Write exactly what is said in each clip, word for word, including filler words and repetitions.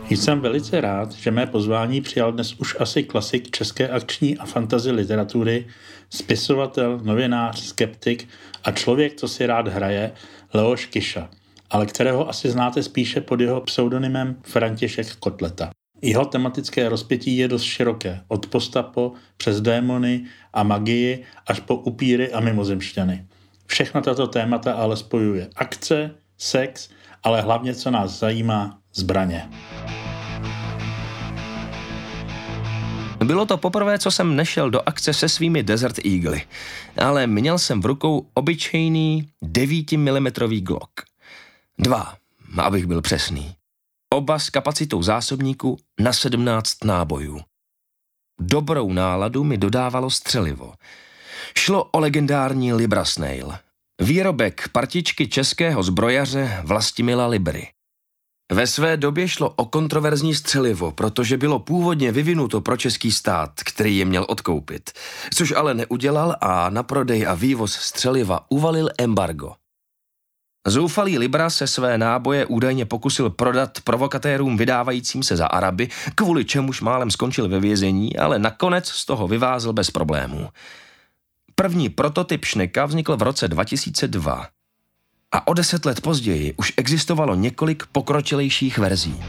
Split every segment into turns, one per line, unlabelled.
Jsem velice rád, že mé pozvání přijal dnes už asi klasik české akční a fantasy literatury, spisovatel, novinář, skeptik a člověk, co si rád hraje, Leoš Kyša, ale kterého asi znáte spíše pod jeho pseudonymem František Kotleta. Jeho tematické rozpětí je dost široké, od postapo přes démony a magii až po upíry a mimozemšťany. Všechna tato témata ale spojuje akce, sex, ale hlavně, co nás zajímá, zbraně.
Bylo to poprvé, co jsem nešel do akce se svými Desert Eagle, ale měl jsem v rukou obyčejný devět milimetrů Glock. Dva, abych byl přesný. Oba s kapacitou zásobníku na sedmnáct nábojů. Dobrou náladu mi dodávalo střelivo. Šlo o legendární Libra Snail, výrobek partičky českého zbrojaře Vlastimila Libry. Ve své době šlo o kontroverzní střelivo, protože bylo původně vyvinuto pro český stát, který je měl odkoupit, což ale neudělal a na prodej a vývoz střeliva uvalil embargo. Zoufalý Libra se své náboje údajně pokusil prodat provokatérům vydávajícím se za Araby, kvůli čemuž málem skončil ve vězení, ale nakonec z toho vyvázl bez problémů. První prototyp šneka vznikl v roce dva tisíce dva. A o deset let později už existovalo několik pokročilejších verzí.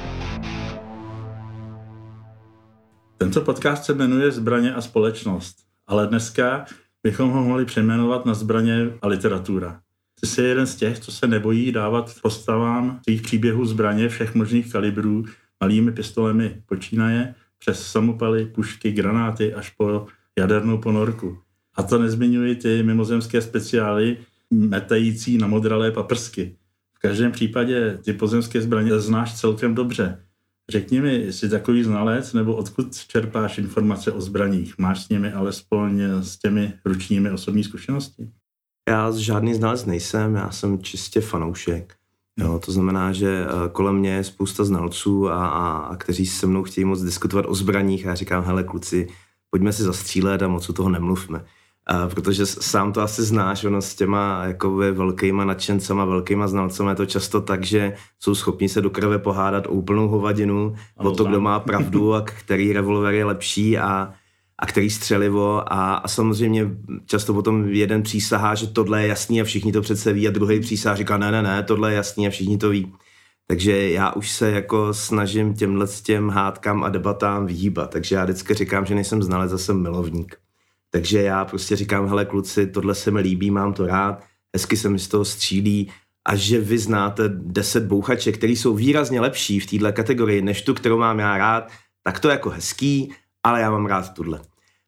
Tento podcast se jmenuje Zbraně a společnost, ale dneska bychom ho mohli přejmenovat na Zbraně a literatura. Ty jsi jeden z těch, co se nebojí dávat postavám svých příběhů zbraně všech možných kalibrů, malými pistolemi počínaje, přes samopaly, pušky, granáty až po jadernou ponorku. A to nezmiňuji ty mimozemské speciály, metající na modralé paprsky. V každém případě ty pozemské zbraně znáš celkem dobře. Řekni mi, jsi takový znalec, nebo odkud čerpáš informace o zbraních? Máš s nimi alespoň s těmi ručními osobní zkušenosti?
Já žádný znalec nejsem, já jsem čistě fanoušek. Jo, to znamená, že kolem mě je spousta znalců, a, a, a kteří se mnou chtějí moc diskutovat o zbraních a já říkám, hele kluci, pojďme si zastřílet a moc u toho nemluvme. A protože sám to asi znáš, ono s těma jakoby velkýma nadšencema, velkýma znalcema je to často tak, že jsou schopni se do krve pohádat o úplnou hovadinu, o to, kdo má pravdu a který revolver je lepší a, a který střelivo a, a samozřejmě často potom jeden přísahá, že tohle je jasný a všichni to přece ví a druhý přísahá říká ne, ne, ne, tohle je jasný a všichni to ví. Takže já už se jako snažím těmhle těm hádkám a debatám vyhýbat, takže já vždycky říkám, že nejsem znalec, a jsem milovník. Takže já prostě říkám, hele kluci, tohle se mi líbí, mám to rád, hezky se mi z toho střílí a že vy znáte deset bouchaček, které jsou výrazně lepší v této kategorii, než tu, kterou mám já rád, tak to je jako hezký, ale já mám rád tuhle.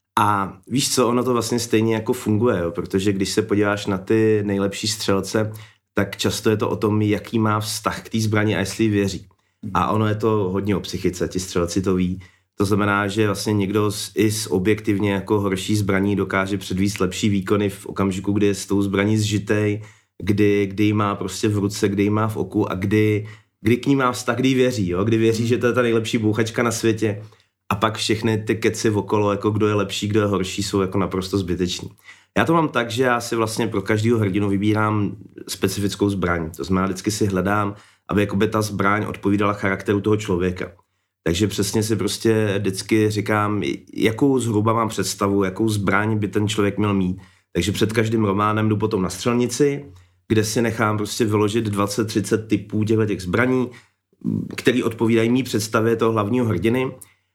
A víš co, ono to vlastně stejně jako funguje, jo, protože když se podíváš na ty nejlepší střelce, tak často je to o tom, jaký má vztah k té zbrani a jestli jí věří. A ono je to hodně o psychice, ti střelci to ví. To znamená, že vlastně někdo z, i z objektivně jako horší zbraní dokáže předvíst lepší výkony v okamžiku, kdy je s tou zbraní zžitej, kdy, kdy ji má prostě v ruce, kdy ji má v oku a kdy, kdy k ní má vztah, kdy věří, jo? Kdy věří, že to je ta nejlepší bouchačka na světě. A pak všechny ty keci okolo, jako kdo je lepší, kdo je horší, jsou jako naprosto zbyteční. Já to mám tak, že já si vlastně pro každého hrdinu vybírám specifickou zbraň. To znamená, vždycky si hledám, aby jakoby ta zbraň odpovídala charakteru toho člověka. Takže přesně si prostě vždycky říkám, jakou zhruba mám představu, jakou zbraň by ten člověk měl mít. Takže před každým románem jdu potom na střelnici, kde si nechám prostě vyložit dvacet třicet typů těch zbraní, které odpovídají mý představě toho hlavního hrdiny.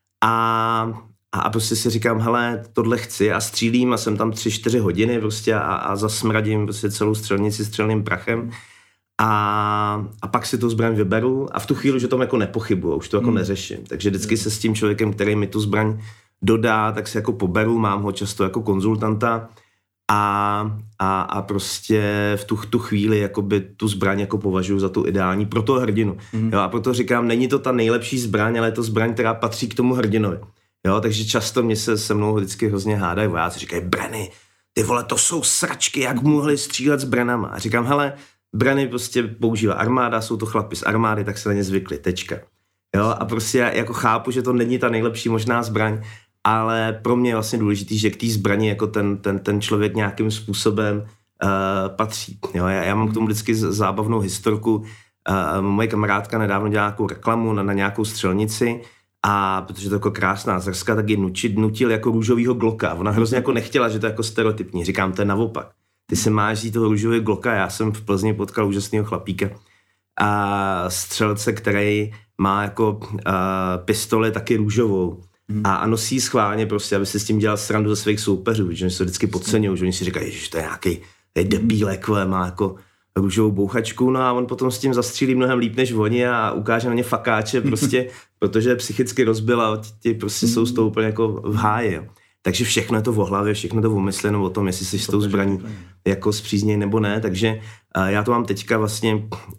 A, a prostě si říkám, hele, tohle chci a střílím a jsem tam tři čtyři hodiny prostě a, a zasmradím prostě celou střelnici střelným prachem. A, a pak si tu zbraň vyberu a v tu chvíli, že tom jako nepochybuju, už to jako hmm. neřeším. Takže vždycky se s tím člověkem, který mi tu zbraň dodá, tak si jako poberu, mám ho často jako konzultanta a, a, a prostě v tu, tu chvíli jakoby tu zbraň jako považuji za tu ideální pro toho hrdinu. Hmm. Jo, a proto říkám, není to ta nejlepší zbraň, ale je to zbraň, která patří k tomu hrdinovi. Jo, takže často mě se se mnou vždycky hrozně hádají vojáci, říkají, brany, ty vole, to jsou sračky, jak mohli střílet s branama. A říkám, hele, brany prostě používá armáda, jsou to chlapi z armády, tak se na ně zvykli, tečka. Jo, a prostě já jako chápu, že to není ta nejlepší možná zbraň, ale pro mě je vlastně důležitý, že k té zbraní jako ten, ten, ten člověk nějakým způsobem uh, patří. Jo, já, já mám k tomu vždycky zábavnou historku. uh, moje kamarádka nedávno dělala nějakou reklamu na, na nějakou střelnici a protože to je jako krásná zrska, tak ji nutil, nutil jako růžovýho Glocka. Ona hrozně jako nechtěla, že to je jako stereotypní. Říkám, to je naopak. Ty se máš jít toho růžového Glocka, já jsem v Plzni potkal úžasného chlapíka a střelce, který má jako uh, pistoli taky růžovou. Hmm. A, a nosí schválně prostě, aby se s tím dělal srandu ze svých soupeřů, protože oni se vždycky podceňují, že oni si říkají, že to je nějaký debílek, má jako růžovou bouchačku, no a on potom s tím zastřílí mnohem líp než oni a ukáže na ně fakáče prostě, protože psychicky rozbil a ti prostě jsou s tou úplně jako v háji. Takže všechno je to v hlavě, všechno je to v úmysle, no o tom, jestli jsi s tou zbraní jako zpřízněj nebo ne, takže uh, já to mám teďka vlastně uh,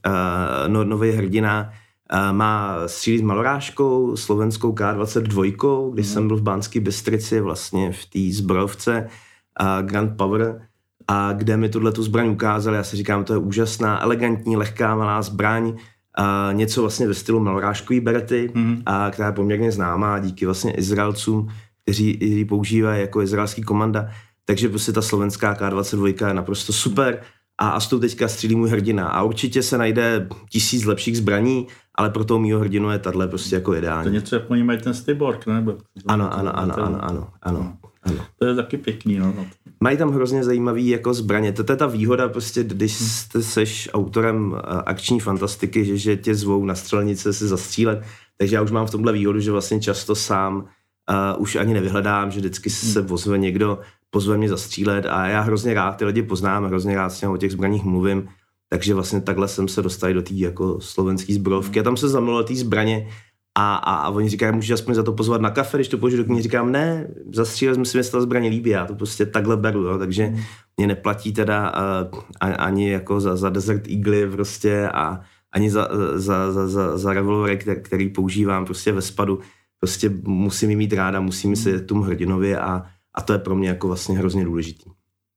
no, nový hrdina, uh, má střílí s malorážkou, slovenskou K dvacet dva, když mm. jsem byl v Banské Bystrici vlastně v té zbrojovce uh, Grand Power, a kde mi tuhle tu zbraň ukázali, já si říkám, to je úžasná, elegantní, lehká, malá zbraň, a něco vlastně ve stylu malorážkový berety, mm. a která je poměrně známá díky vlastně Izraelcům, kteří ji používají jako izraelský komanda, takže prostě ta slovenská K dvacet dva je naprosto super a, a s tou teďka střílí můj hrdina a určitě se najde tisíc lepších zbraní, ale pro toho mýho hrdinu je tahle prostě jako ideální.
To něco, jak oni mají ten Styborg, ne?
Ano, ano, ano, ano, ano, ano. Ano.
To je taky pěkný, no.
Mají tam hrozně zajímavý jako zbraně. To je ta výhoda prostě, když jste seš autorem akční fantastiky, že, že tě zvou na střelnice si zastřílet, takže já už mám v tomhle výhodu, že vlastně často sám uh, už ani nevyhledám, že vždycky se ozve někdo, pozve mě zastřílet a já hrozně rád ty lidi poznám, hrozně rád s těmi o těch zbraních mluvím, takže vlastně takhle jsem se dostal do té jako slovenský zbrojovky a tam se zamiloval té zbraně. A, a, a oni říkají, můžeš aspoň za to pozvat na kafe, když to použiju do knihy, říkám, ne, zastřílel jsem si, mě se ta zbraně líbí, já to prostě takhle beru, jo, takže mm. mě neplatí teda uh, ani jako za, za Desert Eagle prostě a ani za, za, za, za, za revolvery, který, který používám prostě ve spadu, prostě musím jí mít ráda, musím mm. se tomu hrdinovi a, a to je pro mě jako vlastně hrozně důležitý.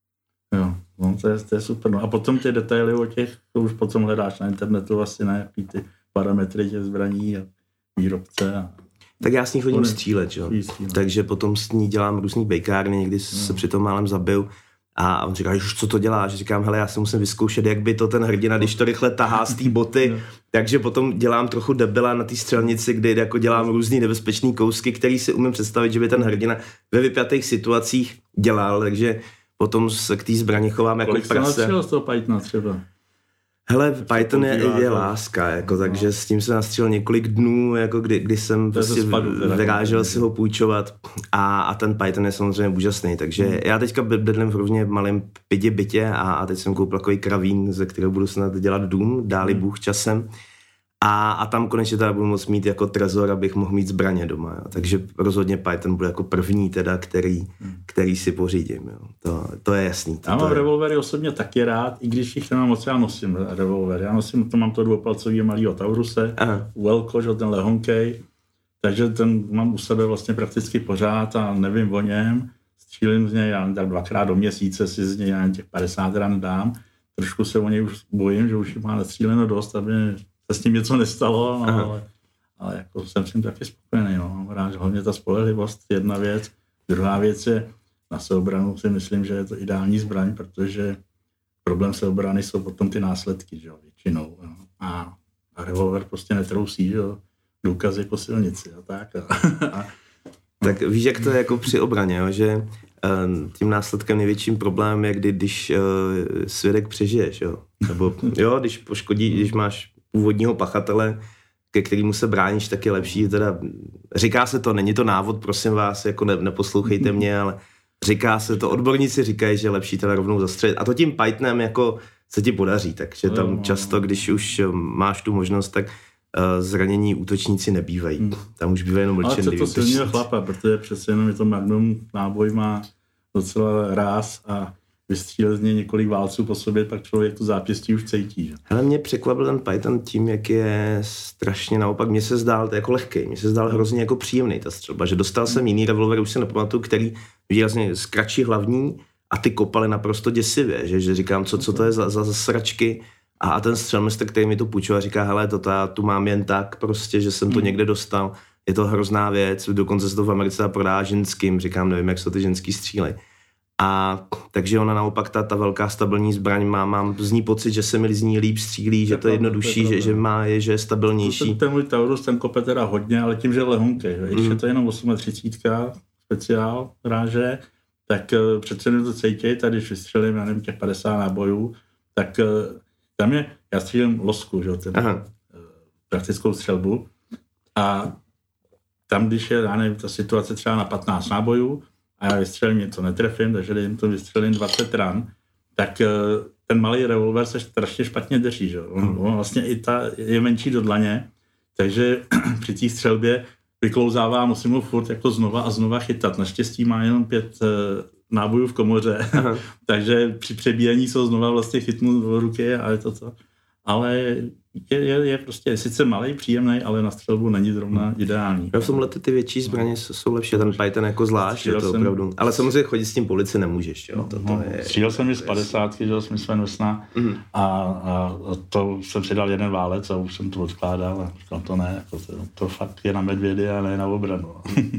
Jo, no, to, je, to je super, no a potom ty detaily o těch, to už potom hledáš na internetu vlastně na jaký ty parametry těch zbraní a výrobce. A...
Tak já s ní chodím střílet, jo. Takže potom s ní dělám různý bejkárny, někdy no. se při tom málem zabiju a on říká, co to děláš? Říkám, hele, já si musím vyzkoušet, jak by to ten hrdina, když to rychle tahá z té boty, no. takže potom dělám trochu debila na té střelnici, kde jako dělám různý nebezpečný kousky, který si umím představit, že by ten hrdina ve vypjatých situacích dělal, takže potom se k té zbraně chovám jako
prase. Kolik jsi nastřelil z toho Pythona třeba?
Hele, Python je, je láska, jako, no. takže s tím se nastřelil několik dnů, jako kdy, kdy jsem prostě vyrážel si ho půjčovat a, a ten Python je samozřejmě úžasný, takže hmm. já teďka bydlím v rovně malém pidi bytě a, a teď jsem koupil takový kravín, ze kterého budu snad dělat dům, dáli hmm. Bůh časem a, a tam konečně teda budu moct mít jako trezor, abych mohl mít zbraně doma, jo. Takže rozhodně Python bude jako první teda, který, hmm. který si pořídím, jo. To, to je jasný. To,
já mám
to je...
revolvery osobně taky rád, i když jich nemám moc, já nosím revolvery. Já nosím, to mám to dvoupalcový malýho Tauruse, Velko, že ten lehonkej, takže ten mám u sebe vlastně prakticky pořád a nevím o něm. Střílím z něj, já tak dvakrát do měsíce si z něj jen těch padesát ran dám. Trošku se o něj už bojím, že už má nastříleno dost, aby se s tím něco nestalo, no, ale, ale jako jsem s tím taky spokojený. No. Rád, hlavně ta spolehlivost, jedna věc. Druhá věc je, na seobranu si myslím, že je to ideální zbraň, protože problém seobrany jsou potom ty následky, že, většinou. No. A, a revolver prostě netrousí, že, důkazy po silnici a tak. A, a,
tak víš, jak to je jako při obraně, jo? Že tím následkem největším problémem je, kdy, když uh, svědek přežiješ, jo? Nebo jo, když poškodí, když máš původního pachatele, ke kterému se bráníš, tak je lepší, teda říká se to, není to návod, prosím vás, jako ne, neposlouchejte mě, ale říká se to, odborníci říkají, že je lepší teda rovnou zastřelit. A to tím Pythonem jako se ti podaří, takže tam často, když už máš tu možnost, tak uh, zranění útočníci nebývají. Tam už bývají jenom mlčenliví.
Ale to silného chlapa, protože přece jenom je to Magnum, náboj má docela ráz a vystřílel z něj několik válců po sobě, pak člověk tu zápěstí už cítí. Že?
Hele, mě překvapil ten Python tím, jak je strašně naopak, mně se zdál jako lehkej, mně se zdál hrozně jako příjemný ta střelba, že dostal jsem jiný revolver, už se nepamatuju, který výrazně z kratší hlavní a ty kopaly naprosto děsivě, že, že říkám, co, co to je za, za, za sračky a, a ten střelmistr, který mi to půjčoval, říká, hele, to já tu mám jen tak prostě, že jsem to hmm. někde dostal, je to hrozná věc, dokonce se to v Americe prodá ženským, říkám, nevím, jak se ty ženský střílej. A takže ona naopak, ta, ta velká stabilní zbraň, má, mám z ní pocit, že se mi z ní líp střílí, že to je jednodušší, že, že, má, je, že je stabilnější.
Ten, ten můj Taurus, ten kope teda hodně, ale tím, že je lehonkej, mm. je to jenom třicet osm speciál ráže, tak uh, přece to cítí, tady když vystřelím, já nevím, těch padesát nábojů, tak uh, tam je, já střílím losku, že ten, uh, praktickou střelbu a tam, když je, já nevím, ta situace třeba na patnáct nábojů a já vystřelím něco, netrefím, takže jim to vystřelím dvacet ran, tak uh, ten malý revolver se strašně špatně drží, že? On, on vlastně i ta je menší do dlaně, takže při té střelbě vyklouzává, musím ho furt jako znova a znova chytat. Naštěstí má jenom pět uh, nábojů v komoře, takže při přebíjení jsou znova vlastně chytnu do ruky a je to to. Ale je, je, je prostě sice malý, příjemný, ale na střelbu není zrovna ideální.
No v tomhle ty větší zbraně jsou lepší, ten Python jako zvlášť, je to jsem, opravdu. Ale samozřejmě chodit s tím po ulici nemůžeš, jo.
No, to, to no, je, střílel jsem mi z padesátky, že jsem Sven Vesna mm. a, a to jsem přidal jeden válec a už jsem to odkládal a říkal, to ne, to, to, to fakt je na medvědy a ne na obranu.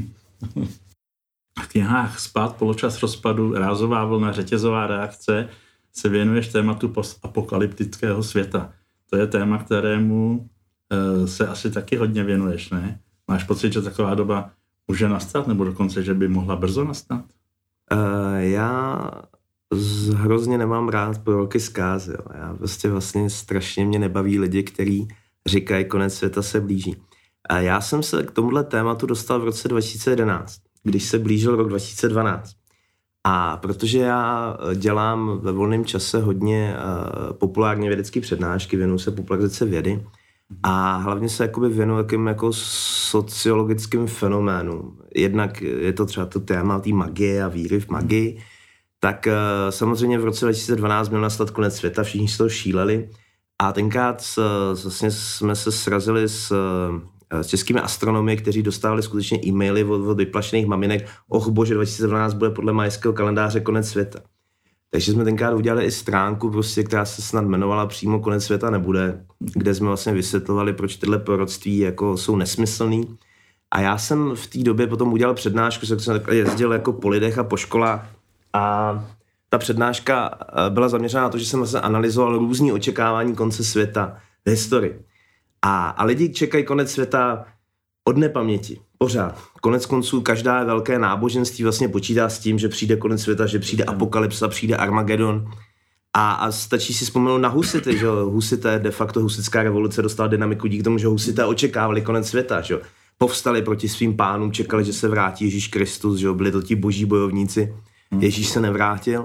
V knihách Spát, poločas rozpadu, Rázová vlna, Řetězová reakce se věnuješ tématu postapokalyptického světa. To je téma, kterému e, se asi taky hodně věnuješ, ne? Máš pocit, že taková doba může nastat, nebo dokonce, že by mohla brzo nastat?
Uh, já z, hrozně nemám rád proroky zkázy. Jo. Já prostě vlastně strašně mě nebaví lidi, kteří říkají, konec světa se blíží. A já jsem se k tomuhle tématu dostal v roce dva tisíce jedenáct, když se blížil rok dva tisíce dvanáct. A protože já dělám ve volném čase hodně uh, populárně vědecké přednášky, věnuju se popularizaci vědy a hlavně se jakoby věnuju takým jako sociologickým fenoménům. Jednak je to třeba to téma té magie a víry v magii, tak uh, samozřejmě v roce dva tisíce dvanáct měl nastat konec světa, všichni se toho šíleli a tenkrát uh, vlastně jsme se srazili s uh, s českými astronomy, kteří dostávali skutečně e-maily od, od vyplašených maminek, och bože, dva tisíce dvanáct bude podle majského kalendáře konec světa. Takže jsme tenkrát udělali i stránku, prostě, která se snad jmenovala přímo Konec světa nebude, kde jsme vlastně vysvětlovali, proč tyhle proroctví jako jsou nesmyslný. A já jsem v té době potom udělal přednášku, jsem takhle jezdil jako po lidech a po školách a ta přednáška byla zaměřená na to, že jsem vlastně analyzoval různý očekávání konce světa v historii. A, a lidi čekají konec světa od nepaměti, pořád. Konec konců každá velké náboženství vlastně počítá s tím, že přijde konec světa, že přijde apokalypsa, přijde Armagedon. A, a stačí si vzpomenout na husity, že husité, de facto husitská revoluce dostala dynamiku díky tomu, že husité očekávali konec světa, že povstali proti svým pánům, čekali, že se vrátí Ježíš Kristus, že byli to ti boží bojovníci. Ježíš se nevrátil,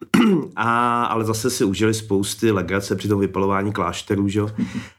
a, ale zase si užili spousty legrace při tom vypalování klášterů, že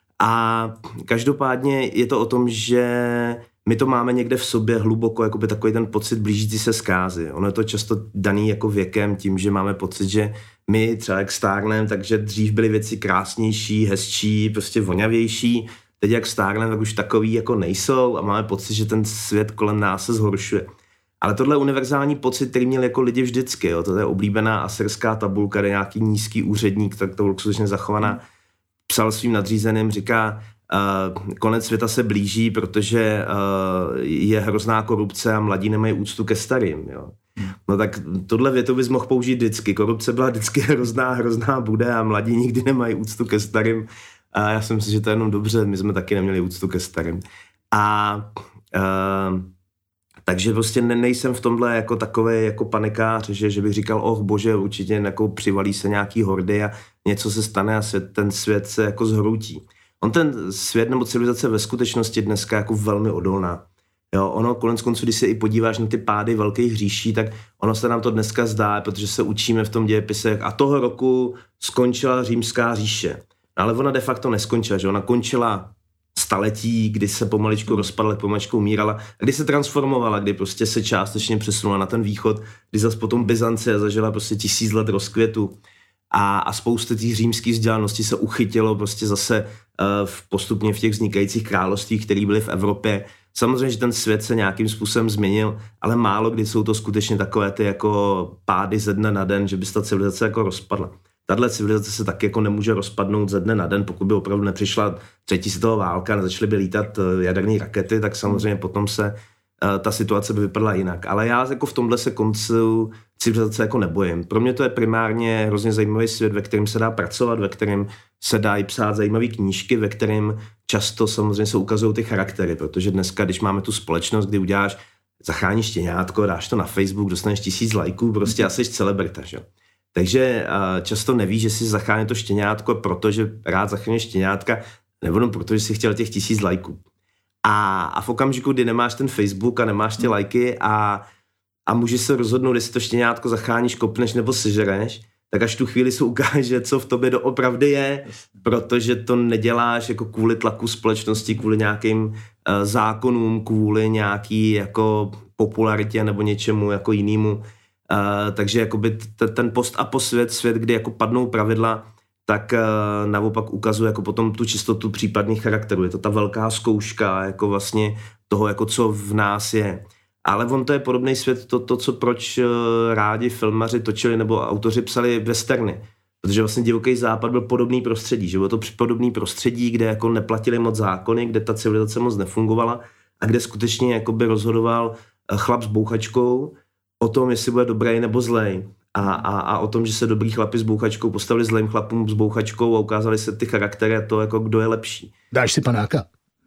A každopádně je to o tom, že my to máme někde v sobě hluboko, jakoby takový ten pocit blížící se zkázy. Ono je to často daný jako věkem tím, že máme pocit, že my třeba jak stárneme, takže dřív byly věci krásnější, hezčí, prostě voňavější. Teď jak stárneme, tak už takový jako nejsou a máme pocit, že ten svět kolem nás se zhoršuje. Ale tohle je univerzální pocit, který měli jako lidi vždycky. Jo. To je oblíbená asyrská tabulka, kde nějaký nízký úředník, tak to skutečně zachovaná, psal svým nadřízeným, říká, uh, konec světa se blíží, protože uh, je hrozná korupce a mladí nemají úctu ke starým. Jo. No tak tohle větu bys mohl použít vždycky. Korupce byla vždycky hrozná, hrozná bude a mladí nikdy nemají úctu ke starým. A já si myslím, že to je jenom dobře, my jsme taky neměli úctu ke starým. A uh, takže prostě ne, nejsem v tomhle jako takový jako panikář, že, že bych říkal, oh bože, určitě jako přivalí se nějaký hordy a něco se stane a svět, ten svět se jako zhroutí. On ten svět nebo civilizace ve skutečnosti dneska jako velmi odolná. Jo, ono konec konců, když se i podíváš na ty pády velkých říší, tak ono se nám to dneska zdá, protože se učíme v tom dějepise a toho roku skončila římská říše. No, ale ona de facto neskončila, že ona končila staletí, kdy se pomaličku rozpadla, pomaličku umírala a kdy se transformovala, kdy prostě se částečně přesunula na ten východ, kdy zase potom Byzancie zažila prostě tisíc let rozkvětu a, a spousta těch římských vzdělaností se uchytilo prostě zase uh, v postupně v těch vznikajících královstvích, které byly v Evropě. Samozřejmě, že ten svět se nějakým způsobem změnil, ale málo kdy jsou to skutečně takové ty jako pády ze dne na den, že by se ta civilizace jako rozpadla. Tahle civilizace se tak jako nemůže rozpadnout ze dne na den, pokud by opravdu nepřišla třetí světová válka a začaly by lítat jaderné rakety, tak samozřejmě potom se ta situace by vypadala jinak. Ale já jako v tomhle se koncu civilizace jako nebojím. Pro mě to je primárně hrozně zajímavý svět, ve kterém se dá pracovat, ve kterém se dají psát zajímavé knížky, ve kterém často samozřejmě se ukazují ty charaktery, protože dneska, když máme tu společnost, kdy uděláš, zachráníš štěňátko, dáš to na Facebook, dostaneš tisíc lajků, prostě a jsi celebrita, že? Takže často nevíš, že jsi zachránil to štěňátko, protože rád zachránil štěňátka, nebo protože jsi chtěl těch tisíc lajků. A, a v okamžiku, kdy nemáš ten Facebook a nemáš ty lajky a, a můžeš se rozhodnout, jestli to štěňátko zachráníš, kopneš nebo sežereš, tak až tu chvíli se ukáže, co v tobě doopravdy je, protože to neděláš jako kvůli tlaku společnosti, kvůli nějakým uh, zákonům, kvůli nějaký jako popularitě nebo něčemu jako jinému. Uh, takže jakoby t- ten post a posvět, svět, kdy jako padnou pravidla, tak uh, naopak ukazuje jako potom tu čistotu případných charakterů. Je to ta velká zkouška jako vlastně toho, jako co v nás je. Ale on to je podobný svět, to, to co proč uh, rádi filmaři točili nebo autoři psali westerny. Protože vlastně Divoký západ byl podobný prostředí, že bylo to podobný prostředí, kde jako neplatili moc zákony, kde ta civilizace moc nefungovala a kde skutečně jakoby rozhodoval chlap s bouchačkou o tom, jestli bude dobrý nebo zlej. A, a, a o tom, že se dobrý chlapi s bouchačkou postavili zlým chlapům s bouchačkou a ukázali se ty charaktery a to, jako kdo je lepší.
Dáš si panáka?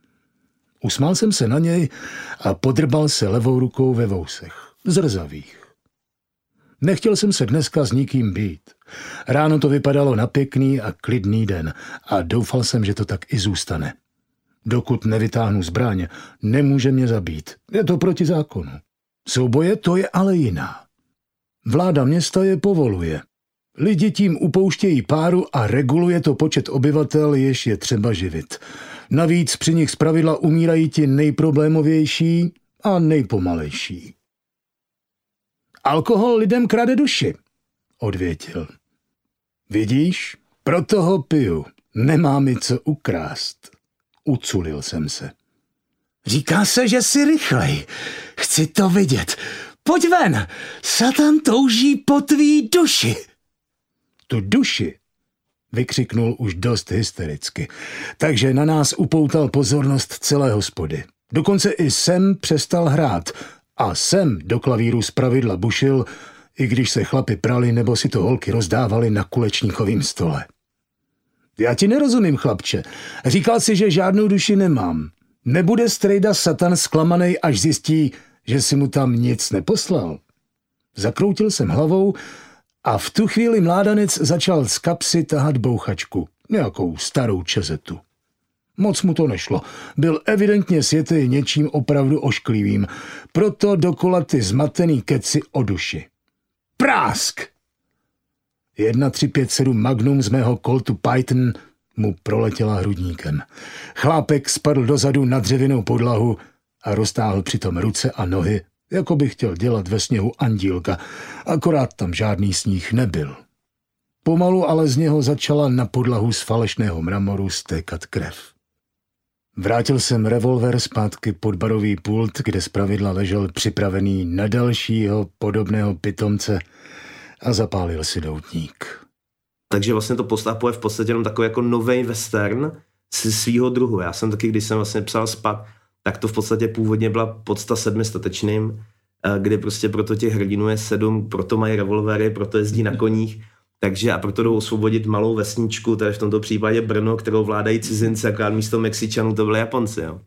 Usmál jsem se na něj a podrbal se levou rukou ve vousech, zrzavých. Nechtěl jsem se dneska s nikým být. Ráno to vypadalo na pěkný a klidný den a doufal jsem, že to tak i zůstane. Dokud nevytáhnu zbraň, nemůže mě zabít. Je to proti zákonu. Souboje to je ale jiná. Vláda města je povoluje. Lidi tím upouštějí páru a reguluje to počet obyvatel, jež je třeba živit. Navíc při nich zpravidla umírají ti nejproblémovější a nejpomalejší. Alkohol lidem krade duši, odvětil. Vidíš, proto ho piju. Nemá mi co ukrást. Uculil jsem se. Říká se, že jsi rychlej. Chci to vidět. Pojď ven, Satan touží po tvý duši. Tu duši, vykřiknul už dost hystericky, takže na nás upoutal pozornost celé hospody. Dokonce i Sem přestal hrát a Sem do klavíru zpravidla bušil, i když se chlapi prali nebo si to holky rozdávali na kulečníkovým stole. Já ti nerozumím, chlapče. Říkal si, že žádnou duši nemám. Nebude strejda Satan zklamanej, až zjistí, že si mu tam nic neposlal. Zakroutil jsem hlavou a v tu chvíli mládanec začal z kapsy tahat bouchačku, nějakou starou čezetu. Moc mu to nešlo. Byl evidentně světej něčím opravdu ošklivým, proto dokola ty zmatený keci o duši. Prásk! jedna tři pět sedm Magnum z mého Coltu Python mu proletěla hrudníkem. Chlápek spadl dozadu na dřevěnou podlahu a roztáhl přitom ruce a nohy, jako by chtěl dělat ve sněhu andílka, akorát tam žádný sníh nebyl. Pomalu ale z něho začala na podlahu z falešného mramoru stékat krev. Vrátil jsem revolver zpátky pod barový pult, kde zpravidla ležel připravený na dalšího podobného pitomce a zapálil si doutník.
Takže vlastně to Post-apo je v podstatě jenom takový jako novej western si svýho druhu. Já jsem taky, když jsem vlastně psal Spad, tak to v podstatě původně byla podsta sedmi statečným, kde prostě proto těch hrdinů je sedm, proto mají revolvery, proto jezdí na koních, takže a proto jdou osvobodit malou vesničku, tady v tomto případě Brno, kterou vládají cizinci, akorát místo Mexičanů to byli Japonci. Jo.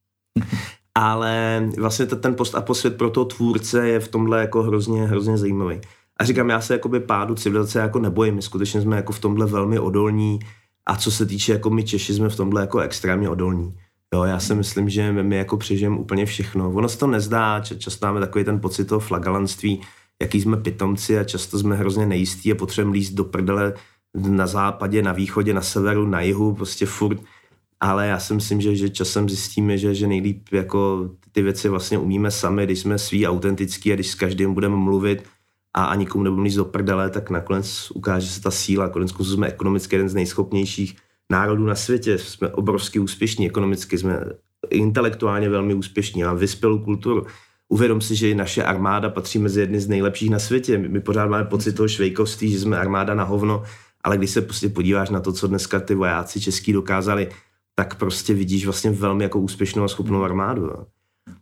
Ale vlastně ten Post-apo svět pro toho tvůrce je v tomhle jako hrozně, hrozně zajímavý. A říkám, já se jakoby pádu civilizace jako nebojím, my skutečně jsme jako v tomhle velmi odolní a co se týče jako my Češi jsme v tomhle jako extrémně odolní. Jo, já si myslím, že my jako přežijeme úplně všechno. Ono se to nezdá, často máme takový ten pocit toho flagalanství, jaký jsme pitomci a často jsme hrozně nejistí a potřebujeme líst do prdele na západě, na východě, na severu, na jihu, prostě furt. Ale já si myslím, že, že časem zjistíme, že, že nejlíp jako ty věci vlastně umíme sami, když jsme svý autentický a když s každým budeme mluvit a, a nikomu nebudeme líst do prdele, tak nakonec ukáže se ta síla. Konec konců jsme ekonomicky jeden z nejschopnějších národů na světě, jsme obrovsky úspěšní, ekonomicky jsme intelektuálně velmi úspěšní, máme vyspělou kulturu. Uvědom si, že naše armáda patří mezi jedny z nejlepších na světě. My pořád máme pocit toho švejkovství, že jsme armáda na hovno, ale když se prostě podíváš na to, co dneska ty vojáci český dokázali, tak prostě vidíš vlastně velmi jako úspěšnou a schopnou armádu.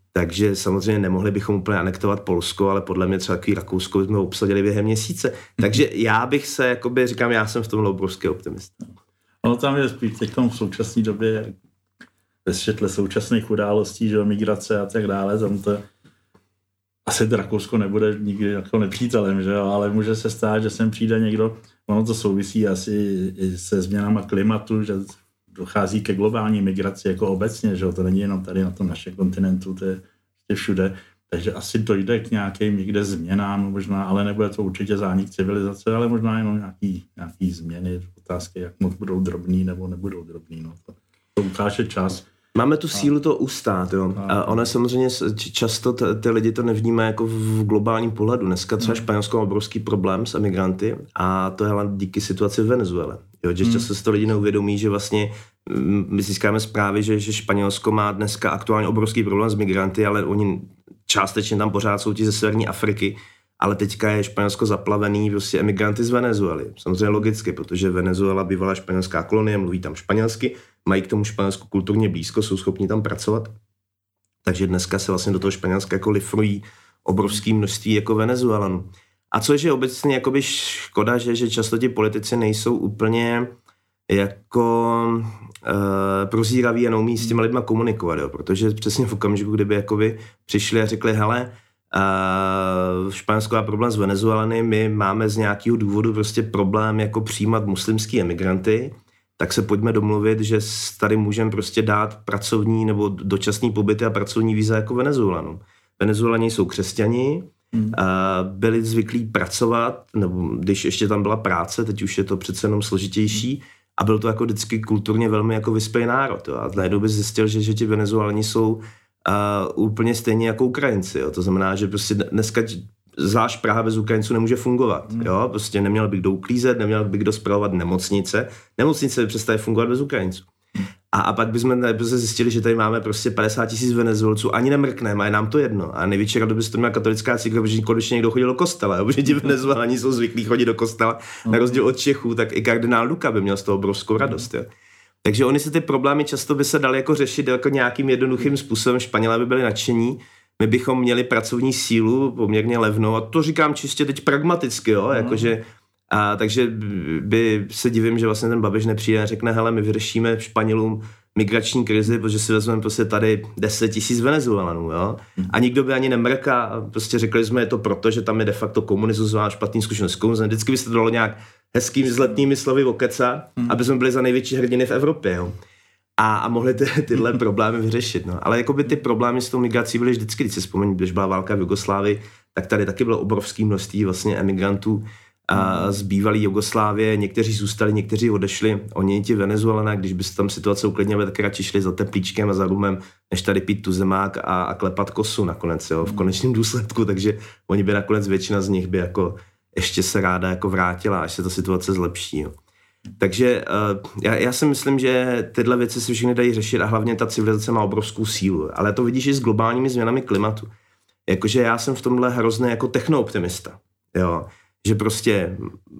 Takže samozřejmě nemohli bychom úplně anektovat Polsko, ale podle mě třeba takový Rakousko bychom obsadili během měsíce. Takže já bych se, jakoby, říkám, já jsem v tomhle obrovský optimista.
Ono tam je spíš teď v současné době ve světle současných událostí, že migrace a tak dále, tam to asi Rakousko nebude nikdy jako nepřítelem, že jo, ale může se stát, že sem přijde někdo, ono to souvisí asi i se změnama klimatu, že dochází ke globální migraci jako obecně, že jo, to není jenom tady na tom našem kontinentu, to je všude, takže asi dojde k nějakým někde změnám možná, ale nebude to určitě zánik civilizace, ale možná jenom nějaký, nějaký změny, otázky, jak moc budou drobný nebo nebudou drobný, no to, to ukáže čas.
Máme tu sílu to ustát, jo. A ono samozřejmě často t- ty lidi to nevnímají jako v globálním pohledu. Dneska třeba Španělsko má obrovský problém s emigranty a to je hlavně díky situaci v Venezuele. Jo, že často se to lidi neuvědomí, že vlastně my získáme zprávy, že, že Španělsko má dneska aktuálně obrovský problém s migranty, ale oni částečně tam pořád jsou ti ze severní Afriky, ale teďka je Španělsko zaplavený prostě emigranty z Venezuely. Samozřejmě logicky, protože Venezuela bývala španělská kolonie, mluví tam španělsky, mají k tomu Španělsku kulturně blízko, jsou schopni tam pracovat. Takže dneska se vlastně do toho Španělska jako lifrují obrovské množství jako Venezuelanů. A co je, že obecně jakoby škoda, že, že často ti politici nejsou úplně jako uh, prozíraví a neumí s těma lidma komunikovat, jo? Protože přesně v okamžiku, kdyby jakoby přišli a řekli, hele, Uh, Španělsko má problém s Venezuelany, my máme z nějakého důvodu prostě problém jako přijímat muslimský emigranty, tak se pojďme domluvit, že tady můžeme prostě dát pracovní nebo dočasný pobyty a pracovní víza jako Venezuelanům. Venezuelani jsou křesťani, hmm. uh, byli zvyklí pracovat, nebo když ještě tam byla práce, teď už je to přece jenom složitější, a byl to jako vždycky kulturně velmi jako vyspělý národ. Jo. A najednou by zjistil, že, že ti Venezuelani jsou Uh, úplně stejně jako Ukrajinci, jo. To znamená, že prostě dneska zvlášť Praha bez Ukrajinců nemůže fungovat, mm. jo. Prostě neměl by kdo uklízet, neměl by kdo spravovat nemocnice. Nemocnice by přestaly fungovat bez Ukrajinců. Mm. A, a pak bychom zjistili, že tady máme prostě padesát tisíc Venezuelců, ani nemrkneme, a je nám to jedno. A největší radost by to měla katolická církev, protože konečně někdo chodil do kostela, jo. Protože ti Venezuelani jsou zvyklí chodit do kostela, mm. na rozdíl od Čechů, tak i kardinál Luka by měl z toho obrovskou radost, jo. Takže oni se ty problémy často by se daly jako řešit jako nějakým jednoduchým způsobem. Španělé by byli nadšení, my bychom měli pracovní sílu poměrně levnou, a to říkám čistě teď pragmaticky, jo, jakože, a takže by se divím, že vlastně ten Babiš nepřijde a řekne, hele, my vyřešíme Španělům migrační krizi, protože si vezmeme prostě tady deset tisíc Venezuelanů, jo, a nikdo by ani nemrká, a prostě řekli jsme, je to proto, že tam je de facto komunismus, má špatný zkušenost s komunismem, vždycky by se to dalo nějak hezkými vzletnými slovy okeca, hmm. aby jsme byli za největší hrdiny v Evropě, jo. A, a mohli ty, tyhle problémy vyřešit, no. Ale jakoby ty problémy s tou migrací byly vždycky, když si vzpomenu, když byla válka v Jugoslávii, tak tady taky bylo obrovské množství vlastně emigrantů a z bývalé Jugoslávie, někteří zůstali, někteří odešli, oni ti Venezuelané, když by se tam situace uklidnila, tak radši šli za teplíčkem a za rumem, než tady pít tu zemák a, a klepat kosu nakonec, jo, v konečném důsledku, takže oni by nakonec většina z nich by jako ještě se ráda jako vrátila, až se ta situace zlepší. Jo. Takže uh, já, já si myslím, že tyhle věci se všechny dají řešit a hlavně ta civilizace má obrovskou sílu. Ale to vidíš i s globálními změnami klimatu. Jakože já jsem v tomhle hrozný jako technooptimista. Jo. Že prostě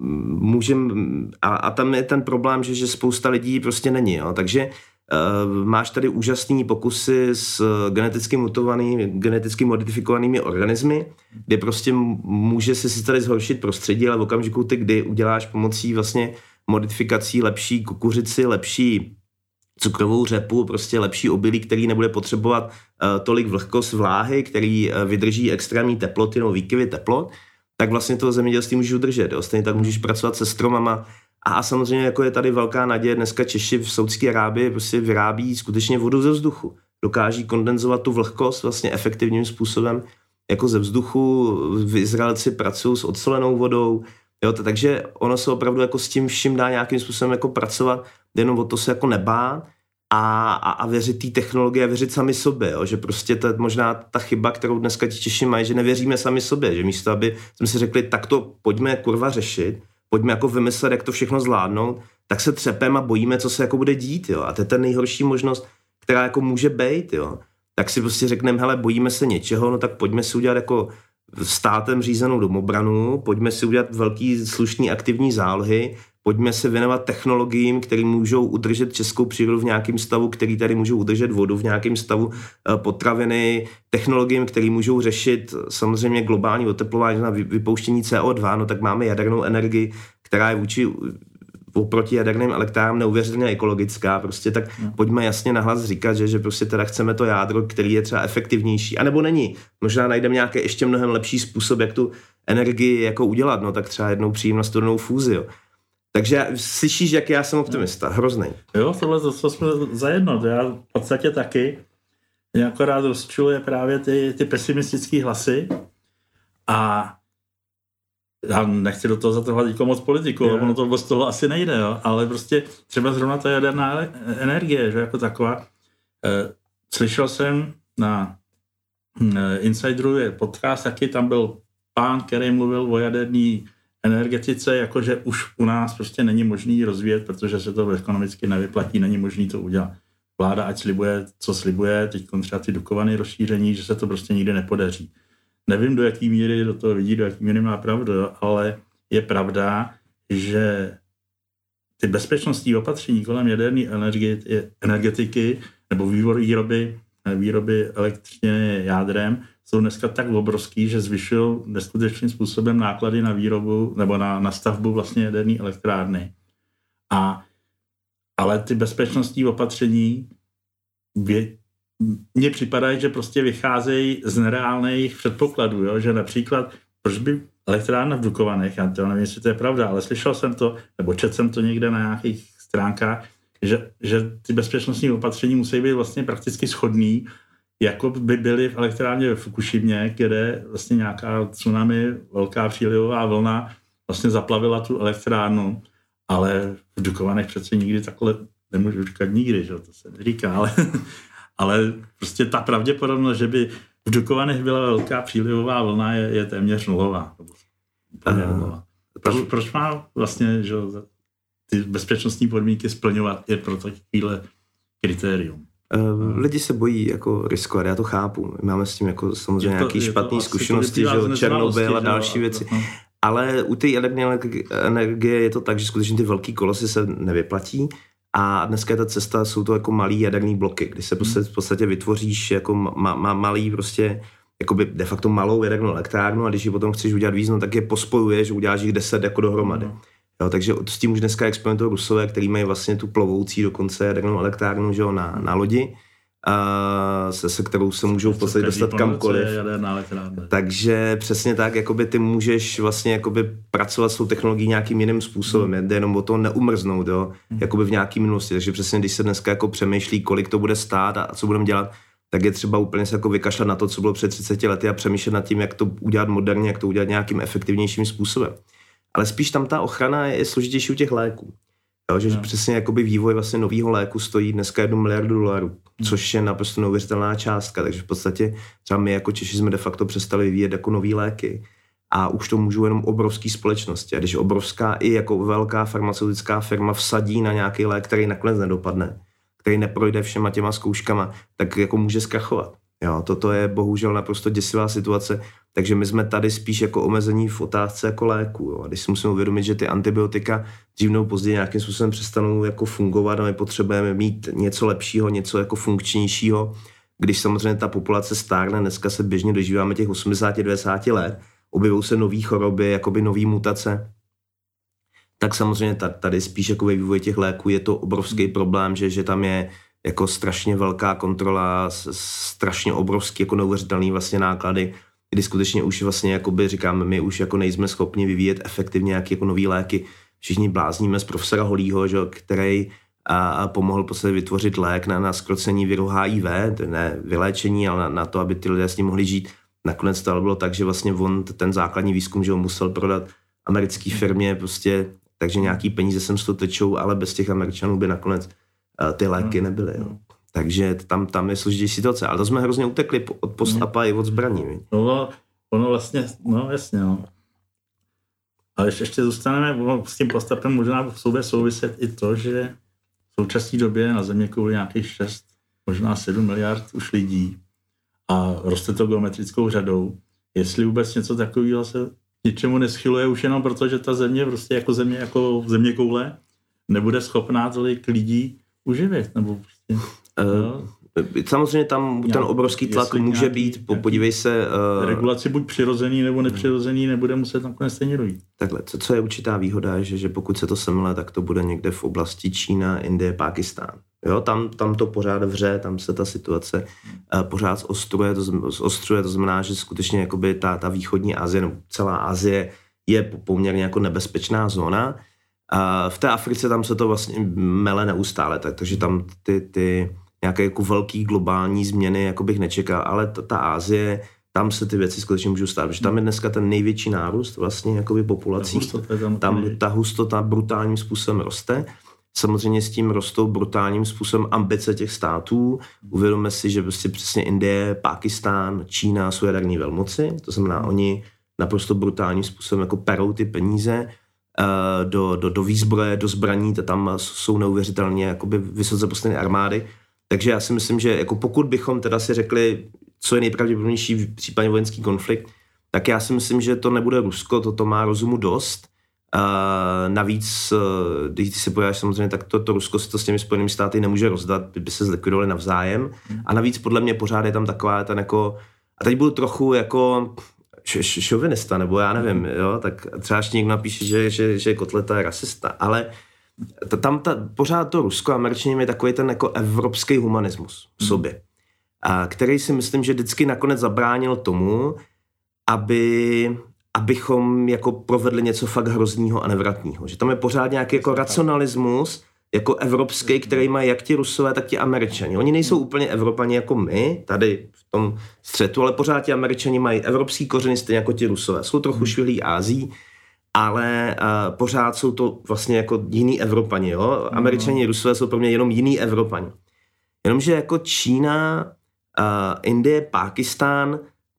můžem, a, a tam je ten problém, že, že spousta lidí prostě není. Jo. Takže uh, máš tady úžasný pokusy s geneticky mutovanými, geneticky modifikovanými organismy, kde prostě může se si tady zhoršit prostředí, ale v okamžiku ty, kdy uděláš pomocí vlastně modifikací lepší kukuřici, lepší cukrovou řepu, prostě lepší obilí, který nebude potřebovat uh, tolik vlhkost vláhy, který uh, vydrží extrémní teploty nebo výkyvy teplot, tak vlastně to zemědělství můžeš udržet. Jo? Stejně tak můžeš pracovat se stromama. A samozřejmě jako je tady velká naděje, dneska Češi v Saudské Arábii prostě vyrábí skutečně vodu ze vzduchu. Dokáží kondenzovat tu vlhkost vlastně efektivním způsobem jako ze vzduchu. V Izraelci pracují s odsolenou vodou. Jo, takže ono se opravdu jako s tím vším dá nějakým způsobem jako pracovat, jenom o to se jako nebát a, a, a věřit té technologii a věřit sami sobě, jo? Že prostě to je možná ta chyba, kterou dneska ti Češi mají, že nevěříme sami sobě, že místo, aby jsme si řekli, tak to pojďme kurva řešit, pojďme jako vymyslet, jak to všechno zvládnout, tak se třepeme a bojíme, co se jako bude dít, jo? A to je ta nejhorší možnost, která jako může být, jo? Tak si prostě řekneme, hele, bojíme se něčeho, no tak pojďme si udělat jako státem řízenou domobranu, pojďme si udělat velký slušný aktivní zálohy, pojďme se věnovat technologiím, které můžou udržet českou přírodu v nějakém stavu, který tady můžou udržet vodu v nějakém stavu, potraviny, technologiím, které můžou řešit samozřejmě globální oteplování, vypouštění C O dva, no tak máme jadernou energii, která je vůči oproti jaderným elektrárnám neuvěřitelně ekologická, prostě tak no. Pojďme jasně nahlas říkat, že, že prostě teda chceme to jádro, který je třeba efektivnější, anebo není. Možná najdeme nějaký ještě mnohem lepší způsob, jak tu energii jako udělat, no tak třeba jednou přijím na studenou fúzi, jo. Takže slyšíš, jak já jsem optimista, hrozný.
Jo, tohle to jsme zajedno, já v podstatě taky. Mě akorát rozčiluje právě ty, ty pesimistické hlasy a já nechci do toho zatrhovat jako moc politiku, yeah. Ono to bez toho asi nejde, jo? Ale prostě třeba zrovna ta jaderná energie, že jako taková. E, slyšel jsem na e, Insideru je podcast, taky tam byl pán, který mluvil o jaderné energetice, jakože už u nás prostě není možný rozvíjet, protože se to ekonomicky nevyplatí, není možný to udělat. Vláda ať slibuje, co slibuje, teď třeba ty Dukovany rozšíření, že se to prostě nikdy nepodaří. Nevím, do jaký míry do toho vidí, do jaký míry má pravdu, ale je pravda, že ty bezpečnostní opatření kolem jaderné energetiky nebo výroby, výroby elektřiny jádrem jsou dneska tak obrovský, že zvyšují neskutečným způsobem náklady na výrobu nebo na, na stavbu vlastně jaderné elektrárny. A, ale ty bezpečnostní opatření mně připadá, že prostě vycházejí z nereálných předpokladů, jo? Že například, proč by elektrárna v Dukovanech, já to nevím, jestli to je pravda, ale slyšel jsem to, nebo četl jsem to někde na nějakých stránkách, že, že ty bezpečnostní opatření musí být vlastně prakticky shodný, jako by byly v elektrárně ve Fukushimě, kde vlastně nějaká tsunami, velká přílivová vlna vlastně zaplavila tu elektrárnu, ale v Dukovanech přece nikdy takhle, nemůžu říkat nikdy, že to se neříká, ale... Ale prostě ta pravděpodobnost, že by v Dukovanech byla velká přílivová vlna, je, je téměř nulová. nulová. Proč, proč má vlastně že, ty bezpečnostní podmínky splňovat je pro takovýhle kritérium?
Uh, lidi se bojí jako riskovat, já to chápu. Máme s tím jako samozřejmě to, nějaké špatné zkušenosti, že Černobyl a další věci. No. Ale u té jaderné energie je to tak, že skutečně ty velký kolosy se nevyplatí. A dneska je ta cesta, jsou to jako malý jaderný bloky, kdy se hmm. v podstatě vytvoříš jako ma, ma, malý prostě, jakoby de facto malou jadernou elektrárnu a když ji potom chceš udělat víc, no, tak je pospojuješ, uděláš jich deset jako dohromady. Hmm. Jo, takže s tím už dneska experimentují Rusové, který mají vlastně tu plovoucí dokonce jadernou elektrárnu, že jo, na, na lodi, a se, se kterou se můžou v podstatě dostat kamkoliv. Takže přesně tak, jakoby ty můžeš vlastně jakoby pracovat s tou technologií nějakým jiným způsobem, hmm. jde jenom o to neumrznout, jo, hmm. jakoby v nějaký minulosti. Takže přesně, když se dneska jako přemýšlí, kolik to bude stát a co budeme dělat, tak je třeba úplně se jako vykašlat na to, co bylo před třiceti lety a přemýšlet nad tím, jak to udělat moderně, jak to udělat nějakým efektivnějším způsobem. Ale spíš tam ta ochrana je složitější u těch léků. Jo, že no. Přesně jakoby vývoj vlastně nového léku stojí dneska jednu miliardu dolarů, což je naprosto neuvěřitelná částka, takže v podstatě třeba my jako Češi jsme de facto přestali vyvíjet jako nový léky a už to můžou jenom obrovský společnosti. A když obrovská i jako velká farmaceutická firma vsadí na nějaký lék, který nakonec nedopadne, který neprojde všema těma zkouškama, tak jako může zkrachovat. Jo, toto je bohužel naprosto děsivá situace, takže my jsme tady spíš jako omezení v otázce jako léku. Jo. A když si musíme uvědomit, že ty antibiotika dřív nebo později nějakým způsobem přestanou jako fungovat a my potřebujeme mít něco lepšího, něco jako funkčnějšího, když samozřejmě ta populace stárne, dneska se běžně dožíváme těch osmdesát devadesát let, objevují se nové choroby, jakoby nové mutace, tak samozřejmě tady spíš jako ve vývoji těch léků je to obrovský problém, že, že tam je jako strašně velká kontrola, strašně obrovský, jako neuvěřitelný vlastně náklady, kdy skutečně už vlastně, jakoby říkáme, my už jako nejsme schopni vyvíjet efektivně nějaké jako nový léky. Všichni blázníme z profesora Holího, že, který a, a pomohl prostě vytvořit lék na, na zkrocení viru H I V, ne vyléčení, ale na, na to, aby ty lidé s ním mohli žít. Nakonec to ale bylo tak, že vlastně on ten základní výzkum, že ho musel prodat americké firmě, prostě, takže nějaký peníze sem z toho tečou, ale bez těch Američanů by nakonec ty léky nebyly. Jo. Takže tam, tam je složitější situace. Ale to jsme hrozně utekli od post-apa i od zbraní.
No, ono vlastně, no jasně, no. Ale ještě, ještě zůstaneme s tím post-upem, možná v sobě souviset i to, že v současné době na Země kouli nějakých šest, možná sedm miliard už lidí a roste to geometrickou řadou. Jestli vůbec něco takového se ničemu neschyluje už jenom proto, že ta země prostě jako země, jako země koule nebude schopná tolik lidí uživit, nebo prostě,
uh, samozřejmě tam nějak, ten obrovský tlak může nějaký, být, nějaký, podívej se... Uh,
regulaci buď přirozený nebo nepřirozený nebude muset nakonec stejně dojít.
Takhle, co, co je určitá výhoda, že, že pokud se to semle, tak to bude někde v oblasti Čína, Indie, Pákistán. Jo, tam, tam to pořád vře, tam se ta situace uh, pořád zostruje, to, zostřuje, to znamená, že skutečně jakoby ta, ta východní Asie, nebo celá Asie je poměrně jako nebezpečná zóna. Uh, v té Africe tam se to vlastně mele neustále, tak, takže tam ty, ty nějaké jako velký globální změny jako bych nečekal, ale ta, ta Asie, tam se ty věci skutečně můžou stát, protože tam je dneska ten největší nárůst vlastně jakoby populací. Ta hustota, tam, tam ta hustota brutálním způsobem roste. Samozřejmě s tím rostou brutálním způsobem ambice těch států. Uvědomme si, že prostě přesně Indie, Pákistán, Čína jsou jaderní velmoci, to znamená, oni naprosto brutálním způsobem jako perou ty peníze uh, do, do, do výzbroje, do zbraní, to tam jsou neuvěřitelně jakoby vysoce postavené armády. Takže já si myslím, že jako pokud bychom teda si řekli, co je nejpravděpodobnější v případě vojenský konflikt, tak já si myslím, že to nebude Rusko, to, to má rozumu dost. Uh, navíc, uh, když si podíváš samozřejmě, tak to, to Rusko si to s těmi Spojenými státy nemůže rozdat, by se zlikvidovali navzájem. Hmm. A navíc podle mě pořád je tam taková ten jako, a teď budu trochu jako šovinista, nebo já nevím, jo, tak třeba ještě někdo napíše, že, že, že Kotleta je rasista, ale ta, tam ta, pořád to Rusko, Američané je takový ten jako evropský humanismus v sobě, a který si myslím, že vždycky nakonec zabránil tomu, aby abychom jako provedli něco fakt hroznýho a nevratného. Že tam je pořád nějaký jako racionalismus, jako evropský, který mají jak ti Rusové, tak ti Američani. Oni nejsou úplně Evropani jako my, tady v tom střetu, ale pořád ti Američani mají evropský kořeny stejně jako ti Rusové. Jsou trochu švihlí Ázií, ale uh, pořád jsou to vlastně jako jiný Evropani. Jo? Američani a Rusové jsou pro mě jenom jiný Evropani. Jenomže jako Čína, uh, Indie, Pákistán,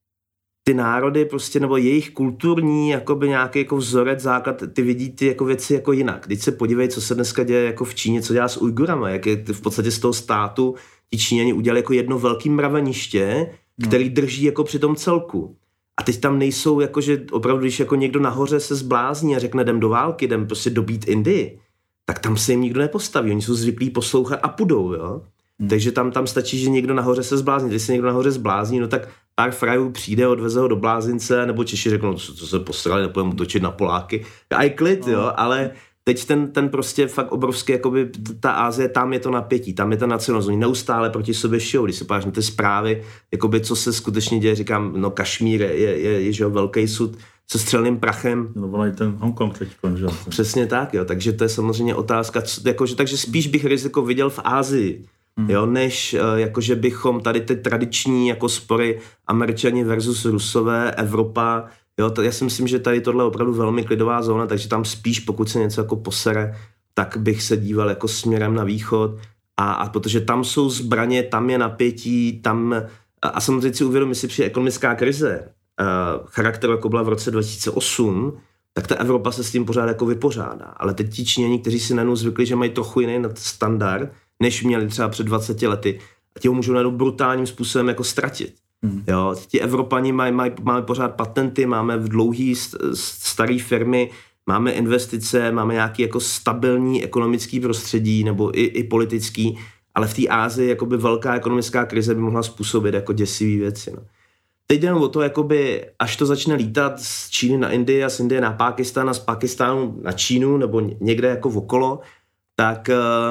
ty národy prostě, nebo jejich kulturní jakoby nějaký jako vzorec, základ, ty vidí ty jako věci jako jinak. Teď se podívej, co se dneska děje jako v Číně, co dělá s Ujgurama, jak je v podstatě z toho státu ti Číňani udělali jako jedno velký mraveniště, který no. drží jako při tom celku. A teď tam nejsou jako, že opravdu, když jako někdo nahoře se zblázní a řekne, jdem do války, jdem prostě dobít Indii, tak tam se jim nikdo nepostaví. Oni jsou zvyklí poslouchat a půjdou, jo. Hmm. Takže tam, tam stačí, že někdo nahoře se zblázní. Když se někdo nahoře zblázní, no tak pár frajů přijde, odveze ho do blázince, nebo Češi řeknou, no, co, co se posrali, nepůjdeme točit na Poláky. A i klid, no. jo, ale teď ten, ten prostě fakt obrovský, jakoby ta Asie, tam je to napětí, tam je ta nacionalismus, oni neustále proti sobě šijou. Když se podíváš na ty zprávy, jakoby co se skutečně děje, říkám, no Kašmír je, je, je, je že jo, velký sud se střelným prachem.
No volají ten Hongkong teď, že?
Přesně tak, jo, takže to je samozřejmě otázka, jakože, takže spíš bych riziko viděl v Asii, Hmm. jo, než jakože bychom tady ty tradiční jako spory Američani versus Rusové, Evropa, jo, to, já si myslím, že tady tohle je opravdu velmi klidová zóna, takže tam spíš, pokud se něco jako posere, tak bych se díval jako směrem na východ a, a protože tam jsou zbraně, tam je napětí, tam a, a samozřejmě si uvědomím, si přijde ekonomická krize, uh, charakteru jako byla v roce dva tisíce osm, tak ta Evropa se s tím pořád jako vypořádá, ale teď ti Číňani, kteří si najednou zvykli, že mají trochu jiný standard, než měli třeba před dvaceti lety. A ti ho můžou najednou brutálním způsobem jako ztratit. Hmm. Jo, ti Evropani mají, mají, máme pořád patenty, máme v dlouhý staré firmy, máme investice, máme nějaký jako stabilní ekonomický prostředí nebo i, i politický, ale v té Asii jakoby velká ekonomická krize by mohla způsobit jako děsivý věci. No. Teď jde o to, jakoby, až to začne lítat z Číny na Indii a z Indie na Pákistán a z Pákistánu na Čínu nebo někde jako okolo, tak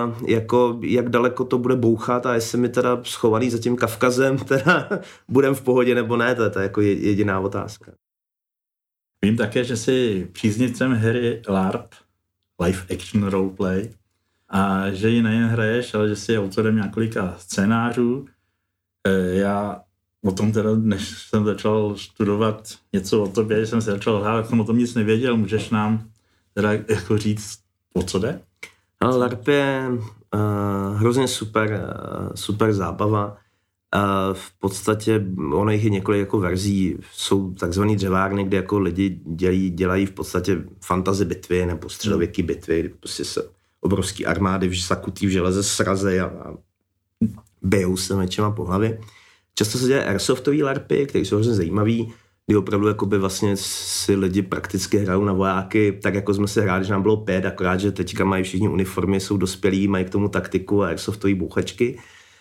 jako jak daleko to bude bouchat a jestli mi teda schovaný za tím Kavkazem teda budem v pohodě nebo ne, to je, to je jako jediná otázka.
Vím také, že jsi příznivcem hry LARP, Live Action Roleplay, a že ji nejen hraješ, ale že jsi autorem několika scénářů. Já o tom teda, než jsem začal studovat něco o tobě, jsem se začal hrát, jsem o tom nic nevěděl, můžeš nám teda jako říct, o co jde?
No, LARP je uh, hrozně super, uh, super zábava. Uh, v podstatě ono jich je několik jako verzí. Jsou takzvaný dřevárny, kde jako lidi dělají, dělají v podstatě fantasy bitvy nebo středověké bitvy, kdy prostě se obrovský armády zakutý v železe sraze a, a bijou se mečema po hlavě. Často se dělají airsoftové LARPy, které jsou hrozně zajímavý. kdy opravdu jakoby vlastně si lidi prakticky hrajou na vojáky, tak jako jsme se hráli, když nám bylo pět, akorát, že teďka mají všichni uniformy, jsou dospělí, mají k tomu taktiku a airsoftové bouchačky,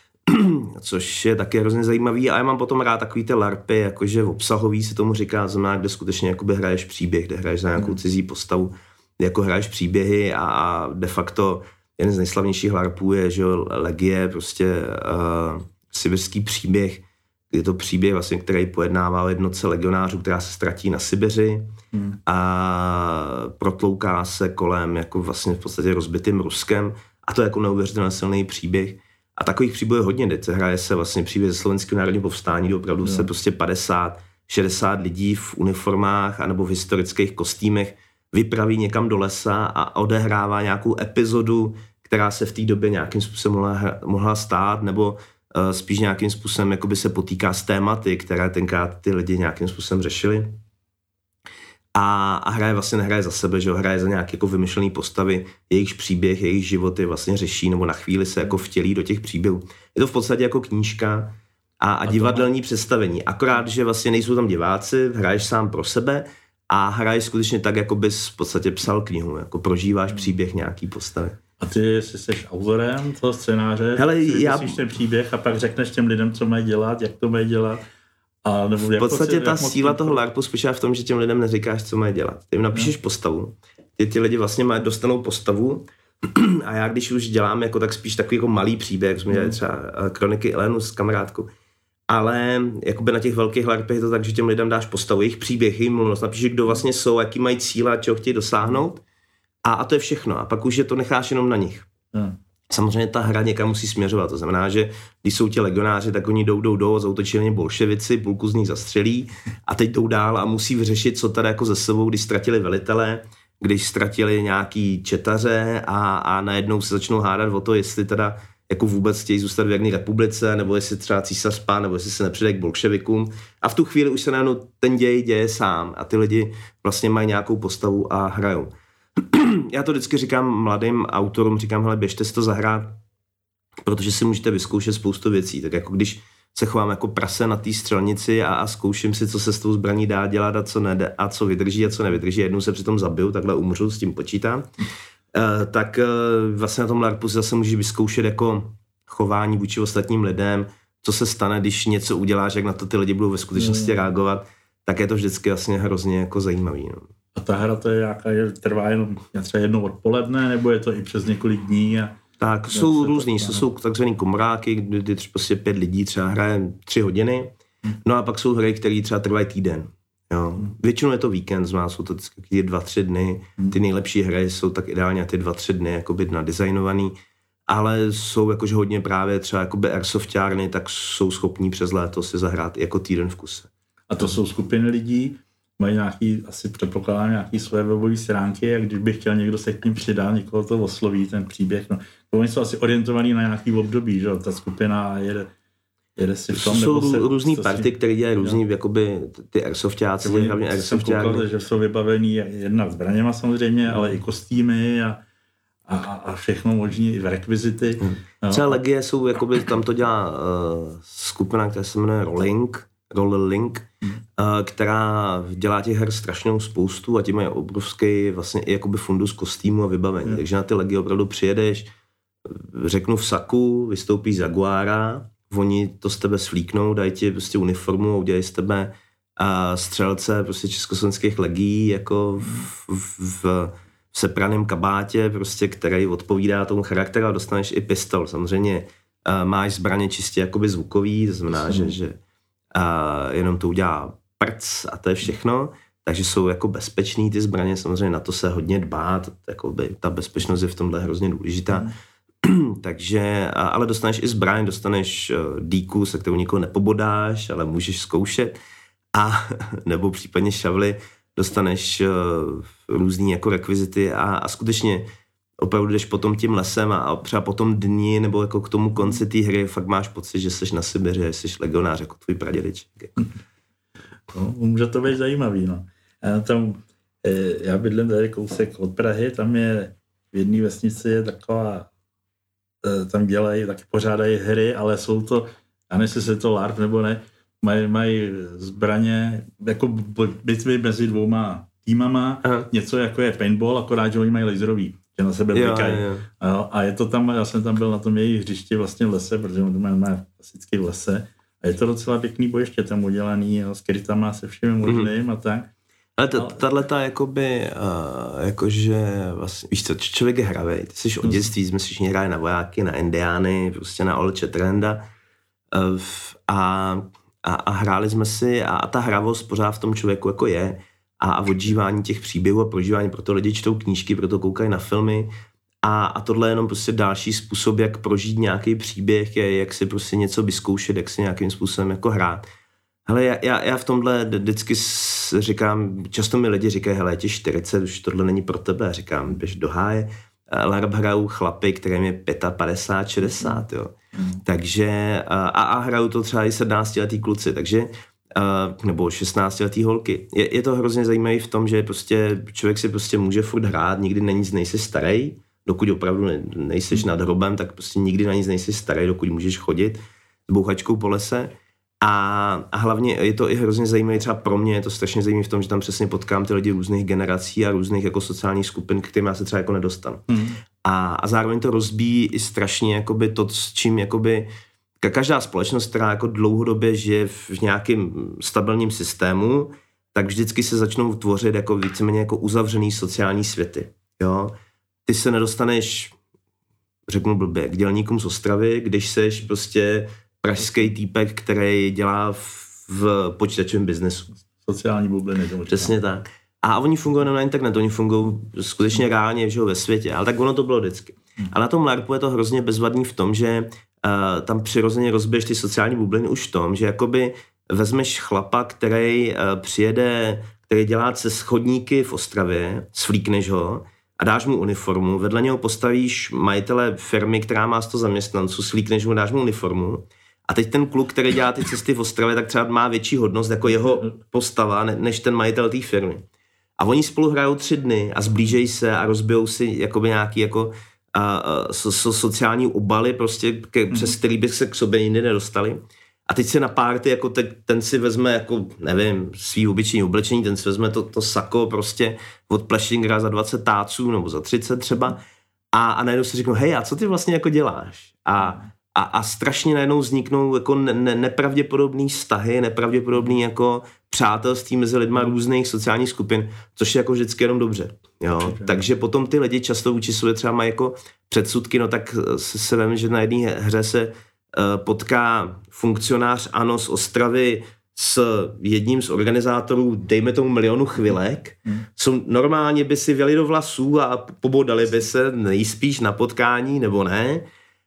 což je taky hrozně zajímavý. A já mám potom rád takový ty larpy, jakože obsahový se tomu říká, znamená, kde skutečně jakoby hraješ příběh, kde hraješ za nějakou cizí postavu, jako hraješ příběhy a, a de facto jeden z nejslavnějších larpů je, že Legie, prostě uh, sibirský příběh. Je to příběh, vlastně, který pojednává o jednotce legionářů, která se ztratí na Sibiři hmm. a protlouká se kolem jako vlastně v podstatě rozbitým Ruskem. A to je jako neuvěřitelně silný příběh. A takových příběhů je hodně, kde se hraje se vlastně příběh ze Slovenského národního povstání, kde opravdu no. se prostě padesát šedesát lidí v uniformách anebo v historických kostýmech vypraví někam do lesa a odehrává nějakou epizodu, která se v té době nějakým způsobem mohla, mohla stát, nebo uh, spíš nějakým způsobem jakoby se potýká s tématy, které tenkrát ty lidi nějakým způsobem řešili. A, a hraje vlastně nehraje za sebe, že hraje za nějaké jako vymyšlené postavy, jejich příběh, jejich životy vlastně řeší, nebo na chvíli se jako vtělí do těch příběhů. Je to v podstatě jako knížka a, a divadelní představení. Akorát, že vlastně nejsou tam diváci, hraješ sám pro sebe a hraješ skutečně tak, jako bys v podstatě psal knihu, jako prožíváš příběh nějaký postavy.
A ty, jestli jsi autorem toho scénáře,
hele, já...
ten příběh a pak řekneš těm lidem, co mají dělat, jak to mají dělat. A nebo
v podstatě si, ta síla toho larpu spočívá v tom, že těm lidem neříkáš, co mají dělat. Ty jim napíšeš no. postavu, ty, ty lidi vlastně mají, dostanou postavu a já když už dělám jako tak spíš takový jako malý příběh, jak jsme dělali třeba Kroniky Elenu s kamarádkou, ale jakoby na těch velkých larpech je to tak, že těm lidem dáš postavu, jejich příběh, jejich mluvnost, napíšeš, kdo vlastně jsou, jaký mají cíle a čeho chtějí dosáhnout a, a to je všechno. A pak už je to necháš jenom na nich. No. Samozřejmě ta hra někam musí směřovat, to znamená, že když jsou ti legionáři, tak oni jdou, jdou, jdou, zautočí na ně bolševici, půlku z nich zastřelí a teď jdou dál a musí vyřešit, co tady jako ze sebou, když ztratili velitele, když ztratili nějaký četaře a, a najednou se začnou hádat o to, jestli teda jako vůbec chtějí zůstat v jedné republice, nebo jestli třeba císař spá, nebo jestli se nepřidají k bolševikům. A v tu chvíli už se najednou ten děj děje sám a ty lidi vlastně mají nějakou postavu a hrajou. Já to vždycky říkám mladým autorům, říkám, hele, běžte si to zahrát, protože si můžete vyzkoušet spoustu věcí. Tak jako když se chovám jako prase na té střelnici a, a zkouším si, co se s tou zbraní dá dělat a co nejde, a co vydrží a co nevydrží. Jednou se přitom zabiju, takhle umřu, s tím počítám. Uh, tak uh, vlastně na tom larpu si zase můžeš vyzkoušet jako chování vůči ostatním lidem, co se stane, když něco uděláš, jak na to ty lidi budou ve skutečnosti reagovat, tak je to vždycky vlastně hrozně jako zajímavý. No.
A ta hra to je nějaká, je, trvá jenom třeba jednou odpoledne, nebo je to i přes několik dní? A...
Tak jsou různý, to jsou takzvaný komráky, kdy, kdy prostě pět lidí třeba hraje tři hodiny, hmm. no a pak jsou hry, které třeba trvají týden. Jo. Hmm. Většinou je to víkend, znamená, jsou to ty dva, tři dny, hmm. ty nejlepší hry jsou tak ideálně ty dva, tři dny jakoby nadizajnovaný, ale jsou jakože hodně právě třeba jakoby airsoftárny, tak jsou schopní přes léto si zahrát jako týden v kuse.
A to jsou skupiny lidí, mají nějaký, asi předpokládám, nějaký své webové stránky a když by chtěl někdo se k ním přidat, někoho to osloví, ten příběh, no. To oni jsou asi orientovaní na nějaký období, že ta skupina jede, jede si v tom.
Jsou
nebo se,
různý party, které dělají různý, jakoby ty airsoftáci, hlavně
airsoftáci. Jsem že jsou vybavení jednak zbraněma samozřejmě, ale i kostýmy a, a, a všechno možný, i rekvizity. Hmm. No.
Třeba Legie jsou, jakoby, tam to dělá uh, skupina, která se jmenuje Rolling, Rolling, hmm. uh, která dělá těch her strašnou spoustu a tím mají obrovský vlastně i jakoby fundus kostýmu a vybavení. Hmm. Takže na ty Legie opravdu přijedeš, řeknu v saku, vystoupíš z Jaguára, oni to z tebe svlíknou, dají ti prostě uniformu a udělají z tebe uh, střelce prostě československých legií jako v, v, v, v sepraném kabátě, prostě, který odpovídá tomu charakteru a dostaneš i pistol. Samozřejmě uh, máš zbraně čistě jakoby zvukový, to znamená, že, že uh, jenom to udělá prc a to je všechno. Takže jsou jako bezpečný ty zbraně, samozřejmě na to se hodně dbá, to, jakoby, ta bezpečnost je v tomhle hrozně důležitá. Hmm. Takže, ale dostaneš i zbraň, dostaneš díku, se kterou nikoho nepobodáš, ale můžeš zkoušet. A nebo případně šavly, dostaneš různý jako rekvizity a, a skutečně opravdu jdeš potom tím lesem a, a třeba po tom dni nebo jako k tomu konci té hry fakt máš pocit, že jsi na Sibiři, že jsi legionář jako tvůj pradědič.
No, může to být zajímavý, no. Já, tam, já bydlím tady kousek od Prahy, tam je v jedné vesnici je taková, tam dělají, taky pořádají hry, ale jsou to, já nevím, jestli je to LARP nebo ne, mají, mají zbraně, jako bitvy mezi dvouma týmama, Aha. něco jako je paintball, akorát, že oni mají laserový, že na sebe blikají. A, a je to tam, já jsem tam byl na tom jejich hřišti vlastně v lese, protože on to má, má klasicky v lese. A je to docela pěkný bojiště tam udělaný, jo, s krytama, se všemi možným mm-hmm. a tak.
Ale tato jakoby, uh, jakože vlastně, víš co, člověk je hravej, ty jsi od dětství, jsme si všichni hráli na vojáky, na indiány, prostě na Old Shatterhanda uh, a, a, a hráli jsme si a, a ta hravost pořád v tom člověku jako je a, a odžívání těch příběhů a prožívání, proto lidi čtou knížky, proto koukají na filmy a, a tohle je jenom prostě další způsob, jak prožít nějaký příběh, je, jak si prostě něco vyzkoušet, jak si nějakým způsobem jako hrát. Hele, já, já, já v tomhle vždycky říkám, často mi lidi říkají, hele, je ti čtyřicet, už tohle není pro tebe, já říkám, běž do háje. LARP hrajou chlapy, kterým je padesát pět šedesát, jo. Mm. Takže, a, a hrajou to třeba i sedmnáctiletý kluci, takže, a, nebo šestnáctiletý holky. Je, je to hrozně zajímavé v tom, že prostě člověk si prostě může furt hrát, nikdy na nic nejsi starý, dokud opravdu ne, nejsiš nad hrobem, tak prostě nikdy na nic nejsi starý, dokud můžeš chodit s bouchačkou po lese. A, a hlavně je to i hrozně zajímavé, třeba pro mě je to strašně zajímavé v tom, že tam přesně potkám ty lidi různých generací a různých jako sociálních skupin, kterým já se třeba jako nedostanu. Hmm. A, a zároveň to rozbíjí i strašně jakoby to, s čím jakoby každá společnost, která jako dlouhodobě žije v nějakém stabilním systému, tak vždycky se začnou tvořit jako víceméně jako uzavřený sociální světy. Jo? Ty se nedostaneš, řeknu blbě, k dělníkům z Ostravy, když seš prostě pražský týpek, který dělá v počítačovém biznesu.
Sociální bubliny.
Přesně tak. A oni fungují na internetu, oni fungují skutečně reálně že, ve světě, ale tak ono to bylo vždycky. Hmm. A na tom LARPu je to hrozně bezvadný v tom, že uh, tam přirozeně rozbiješ ty sociální bubliny už v tom, že jakoby vezmeš chlapa, který uh, přijede, který dělá cez chodníky v Ostravě, svlíkneš ho a dáš mu uniformu, vedle něho postavíš majitele firmy, která má sto zaměstnanců, slíkneš mu, dáš mu uniformu. A teď ten kluk, který dělá ty cesty v Ostravě, tak třeba má větší hodnost jako jeho postava, než ten majitel té firmy. A oni spolu hrajou tři dny a zblížejí se a rozbijou si jakoby nějaký jako a, a, so, so, sociální obaly, prostě, ke, mm. přes který by se k sobě jindy nedostali. A teď se na párty, jako teď, ten si vezme, jako, nevím, svý obyčejný oblečení, ten si vezme to, to sako prostě od Plešingera za dvacet táců nebo za třicet třeba a, a najednou si řeknou, hej, a co ty vlastně jako děláš? A A, a strašně najednou vzniknou jako ne, ne, nepravděpodobný vztahy, nepravděpodobný jako přátelství mezi lidma různých sociálních skupin, což je jako vždycky jenom dobře. Jo? Takže potom ty lidi často vůči sobě třeba mají jako předsudky, no tak se, se vím, že na jedné hře se uh, potká funkcionář ANO z Ostravy s jedním z organizátorů, dejme tomu milionu chvilek, hmm. co normálně by si vjeli do vlasů a pobodali by se nejspíš na potkání, nebo ne.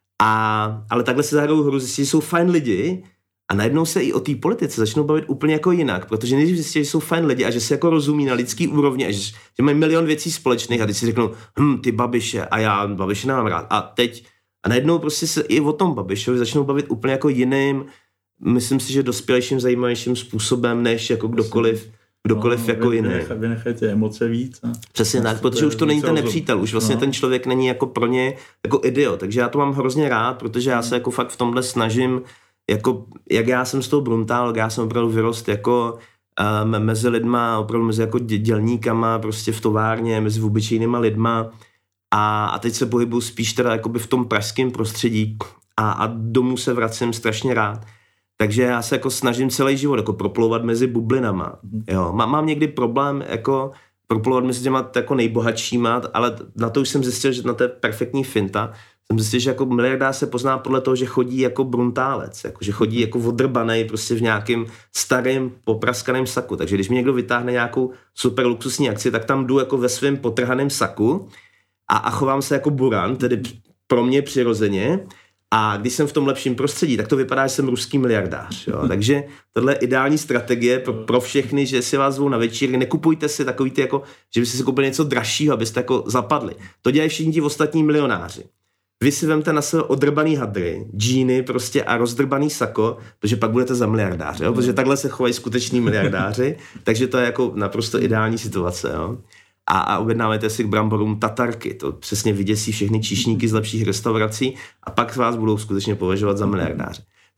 A, ale takhle se zahrajou hru, zjistí, že jsou fajn lidi a najednou se i o té politice začnou bavit úplně jako jinak, protože nejdřív zjistí, že jsou fajn lidi a že se jako rozumí na lidský úrovni a že, že mají milion věcí společných a teď si řeknou, hm, ty Babiše a já Babiše nemám rád. A teď, a najednou prostě se i o tom Babišovi začnou bavit úplně jako jiným, myslím si, že dospělejším, zajímavějším způsobem, než jako kdokoliv, kdokoliv no, jako jiný.
Vynechajte emoce víc. A
přesně tak, protože už to není ten nepřítel, už vlastně no. ten člověk není jako pro ně jako idiot, takže já to mám hrozně rád, protože já se jako fakt v tomhle snažím, jako jak já jsem z toho Bruntál, já jsem opravdu vyrost jako um, mezi lidma, opravdu mezi jako dělníkama, prostě v továrně, mezi obyčejnýma lidma a, a teď se pohybuju spíš teda jakoby v tom pražském prostředí a, a domů se vracím strašně rád. Takže já se jako snažím celý život jako proplouvat mezi bublinama. Jo. Má, mám někdy problém jako proplouvat mezi těma jako nejbohatšíma, ale na to už jsem zjistil, že na to je perfektní finta. Jsem zjistil, že jako miliardár se pozná podle toho, že chodí jako bruntálec, jako, že chodí jako odrbanej prostě v nějakým starým popraskaném saku. Takže když mi někdo vytáhne nějakou super luxusní akci, tak tam jdu jako ve svém potrhaném saku a, a chovám se jako buran, tedy pro mě přirozeně. A když jsem v tom lepším prostředí, tak to vypadá, že jsem ruský miliardář. Jo? Takže tohle je ideální strategie pro, pro všechny, že si vás zvou na večírky, nekupujte si takový ty, jako, že byste si koupili něco dražšího, abyste jako zapadli. To dělají všichni ti ostatní milionáři. Vy si vemte na sebe odrbaný hadry, džíny prostě a rozdrbaný sako, protože pak budete za miliardáře, jo? Protože takhle se chovají skuteční miliardáři, takže to je jako naprosto ideální situace. Jo? A, a objednáváte si k bramborům tatarky, to přesně vyděsí všechny číšníky z lepších restaurací a pak vás budou skutečně považovat za miliardáře.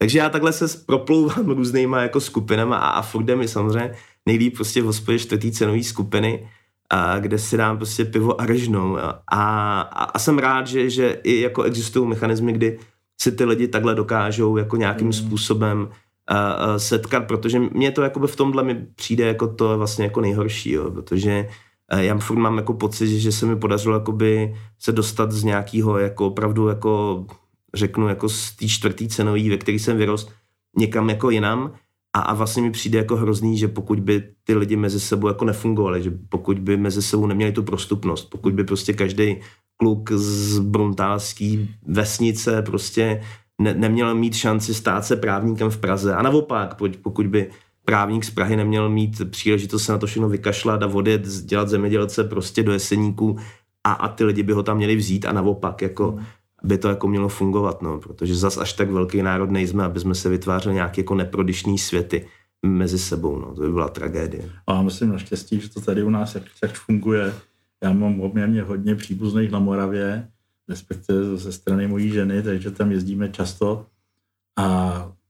Takže já takhle se proplouvám různýma jako skupinama a, a furt jde mi samozřejmě nejlíp prostě v hospodě čtvrtý cenový skupiny, a kde si dám prostě pivo a režnou. A, a, a jsem rád, že, že i jako existují mechanismy, kdy si ty lidi takhle dokážou jako nějakým mm. způsobem a, a setkat, protože mě to jakoby v tomhle mi přijde jako to vlastně jako nejhorší, jo, protože já furt mám jako pocit, že se mi podařilo jakoby se dostat z nějakého jako opravdu jako řeknu jako z té čtvrtý cenový, ve který jsem vyrost, někam jako jinam a, a vlastně mi přijde jako hrozný, že pokud by ty lidi mezi sebou jako nefungovali, že pokud by mezi sebou neměli tu prostupnost, pokud by prostě každý kluk z bruntálský vesnice prostě ne, neměl mít šanci stát se právníkem v Praze a naopak, pokud by právník z Prahy neměl mít příležitost se na to všechno vykašlat a odjet, dělat zemědělce prostě do Jeseníků a, a ty lidi by ho tam měli vzít a naopak, jako hmm. by to jako mělo fungovat, no, protože zas až tak velký národ nejsme, aby jsme se vytvářeli nějaké jako neprodyšný světy mezi sebou, no, to by byla tragédie.
A myslím naštěstí, že to tady u nás jak, jak funguje. Já mám poměrně hodně příbuzných na Moravě, respektive ze strany mojí ženy, takže tam jezdíme často a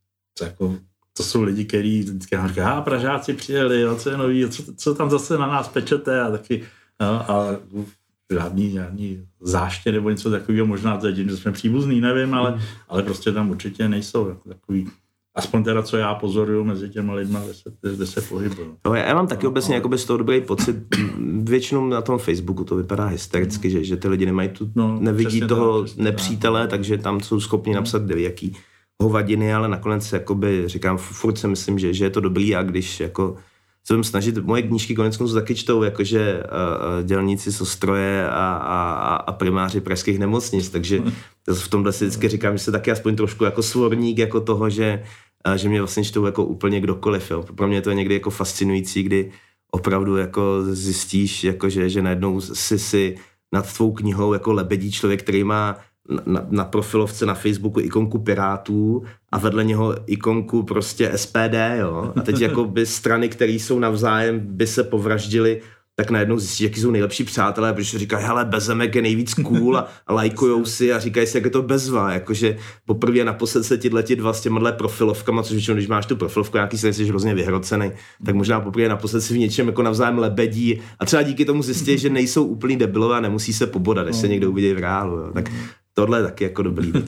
jako to jsou lidi, kteří vždycky říkají, a Pražáci přijeli, jo, co je nový, co, co tam zase na nás pečete a taky, no, a žádný, žádný záště nebo něco takového, možná to je tím, že jsme příbuzný, nevím, ale, mm. ale prostě tam určitě nejsou jako takový, aspoň teda, co já pozoruju mezi těma lidma, kde se, kde se pohybují.
No, já mám taky no, obecně ale... jakoby z toho dobrý pocit, většinou na tom Facebooku to vypadá hystericky, no. že, že ty lidi nemají tu, no, nevidí toho tak, nepřítele, tak. takže tam jsou schopni no. napsat jaký hovadiny, ale nakonec jakoby, říkám, furt si myslím, že, že je to dobrý a když jako se budem snažit, moje knížky konec konců taky čtou, jakože uh, dělníci z Ostroje a, a, a primáři pražských nemocnic, takže v tomhle si vždycky říkám, že se taky aspoň trošku jako svorník jako toho, že, uh, že mě vlastně čtou jako úplně kdokoliv, jo. Pro mě to je někdy jako fascinující, kdy opravdu jako zjistíš, jako že, že najednou si si nad tvou knihou jako lebedí člověk, který má Na, na profilovce na Facebooku ikonku Pirátů a vedle něho ikonku prostě S P D, jo. A teď jako by strany, které jsou navzájem, by se povraždili, tak najednou zjistí, jaký jsou nejlepší přátelé, protože říkají, hele, Bezemek je nejvíc cool a, a lajkujou si a říkají si, jak je to bezva, jakože poprvé naposled se tihleti dva s těmhle profilovkama, což většinou, když máš tu profilovku, nějaký se jsi hrozně vyhrocený, tak možná poprvé naposled si v něčem jako navzájem lebedí a třeba díky tomu zjistí, že nejsou úplný debilové a nemusí se pobodat, až se někdo uvidí v reálu, jo. Tak tohle je taky jako dobrý věc.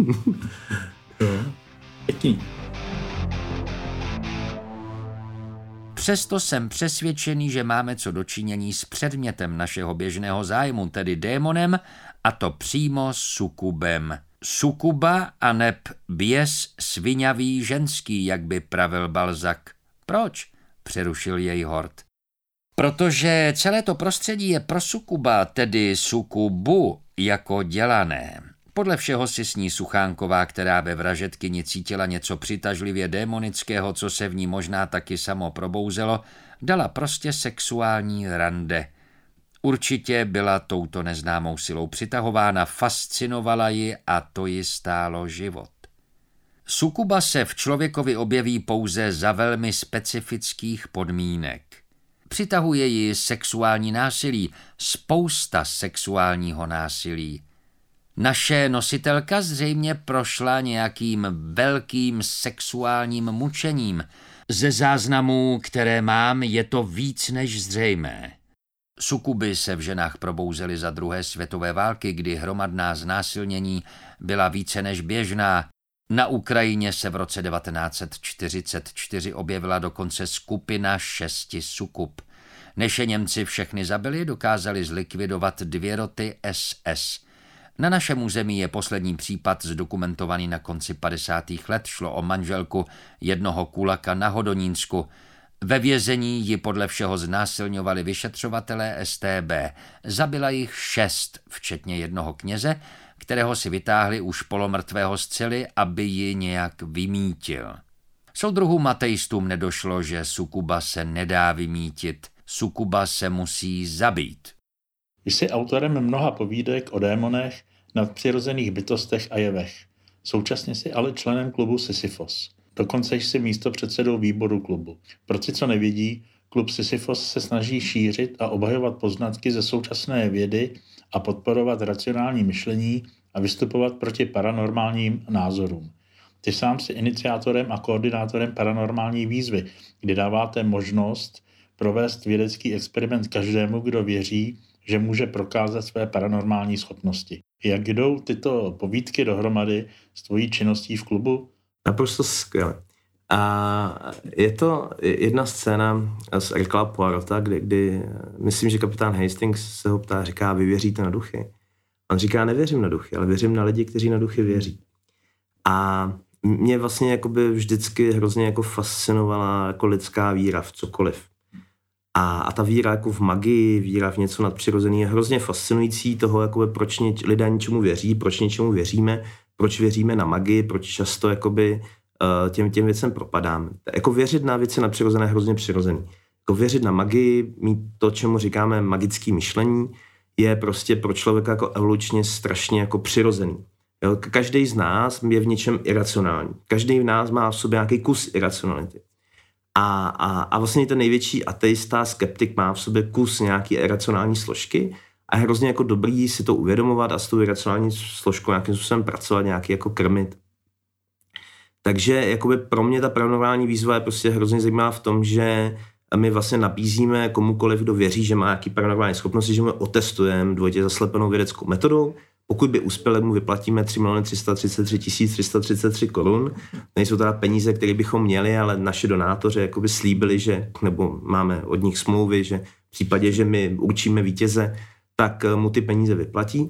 Pěkný.
Přesto jsem přesvědčený, že máme co dočinění s předmětem našeho běžného zájmu, tedy démonem, a to přímo sukubem. Sukuba aneb běs sviňavý ženský, jak by pravil Balzac. Proč? Přerušil jej Hort. Protože celé to prostředí je pro sukuba, tedy sukubu, jako dělané. Podle všeho si sní Suchánková, která ve Vražedkyni cítila něco přitažlivě démonického, co se v ní možná taky samo probouzelo, dala prostě sexuální rande. Určitě byla touto neznámou silou přitahována, fascinovala ji a to ji stálo život. Sukuba se v člověkovi objeví pouze za velmi specifických podmínek. Přitahuje ji sexuální násilí, spousta sexuálního násilí. Naše nositelka zřejmě prošla nějakým velkým sexuálním mučením. Ze záznamů, které mám, je to víc než zřejmé. Sukuby se v ženách probouzely za druhé světové války, kdy hromadná znásilnění byla více než běžná. Na Ukrajině se v roce devatenáct set čtyřicet čtyři objevila dokonce skupina šesti sukub. Než je Němci všechny zabili, dokázali zlikvidovat dvě roty S S. Na našem území je poslední případ zdokumentovaný na konci padesátých let. Šlo o manželku jednoho kulaka na Hodonínsku. Ve vězení ji podle všeho znásilňovali vyšetřovatelé S T B. Zabila jich šest, včetně jednoho kněze, kterého si vytáhli už polomrtvého z cely, aby ji nějak vymítil. Soudruhům ateistům nedošlo, že sukuba se nedá vymítit. Sukuba se musí zabít.
Jsi autorem mnoha povídek o démonech, nadpřirozených bytostech a jevech. Současně jsi ale členem klubu Sisyfos. Dokonce jsi místopředsedou výboru klubu. Pro ty, co nevidí, klub Sisyfos se snaží šířit a obhajovat poznatky ze současné vědy a podporovat racionální myšlení a vystupovat proti paranormálním názorům. Ty sám jsi iniciátorem a koordinátorem paranormální výzvy, kdy dáváte možnost provést vědecký experiment každému, kdo věří, že může prokázat své paranormální schopnosti. Jak jdou tyto povídky dohromady s tvojí činností v klubu?
Naprosto skvěle. A je to jedna scéna z Hercula Poirota, kdy, kdy myslím, že kapitán Hastings se ho ptá, říká, vy věříte na duchy? On říká, nevěřím na duchy, ale věřím na lidi, kteří na duchy věří. A mě vlastně jakoby vždycky hrozně jako fascinovala jako lidská víra v cokoliv. A, a ta víra jako v magii, víra v něco nadpřirozený je hrozně fascinující toho, jakoby, proč něč, lidé něčemu věří, proč něčemu věříme, proč věříme na magii, proč často jakoby, uh, těm, těm věcem propadáme. Jako věřit na věci nadpřirozené je hrozně přirozený. Jako věřit na magii, mít to, čemu říkáme magické myšlení, je prostě pro člověka jako evolučně strašně jako přirozený. Jo? Každý z nás je v něčem iracionální. Každý z nás má v sobě nějaký kus iracionality. A, a, a vlastně ten největší ateista, skeptik má v sobě kus nějaký iracionální složky a je hrozně jako dobrý si to uvědomovat a s tou iracionální složkou nějakým způsobem pracovat, nějaký jako krmit. Takže jakoby pro mě ta paranormální výzva je prostě hrozně zajímavá v tom, že my vlastně nabízíme komukoliv, kdo věří, že má nějaký paranormální schopnosti, že mu otestujeme dvojitě zaslepenou vědeckou metodou. Pokud by uspěl, mu vyplatíme tři miliony tři sta třicet tři tisíc tři sta třicet tři korun. Nejsou teda peníze, které bychom měli, ale naši donátoři jakoby slíbili, že, nebo máme od nich smlouvy, že v případě, že my určíme vítěze, tak mu ty peníze vyplatí.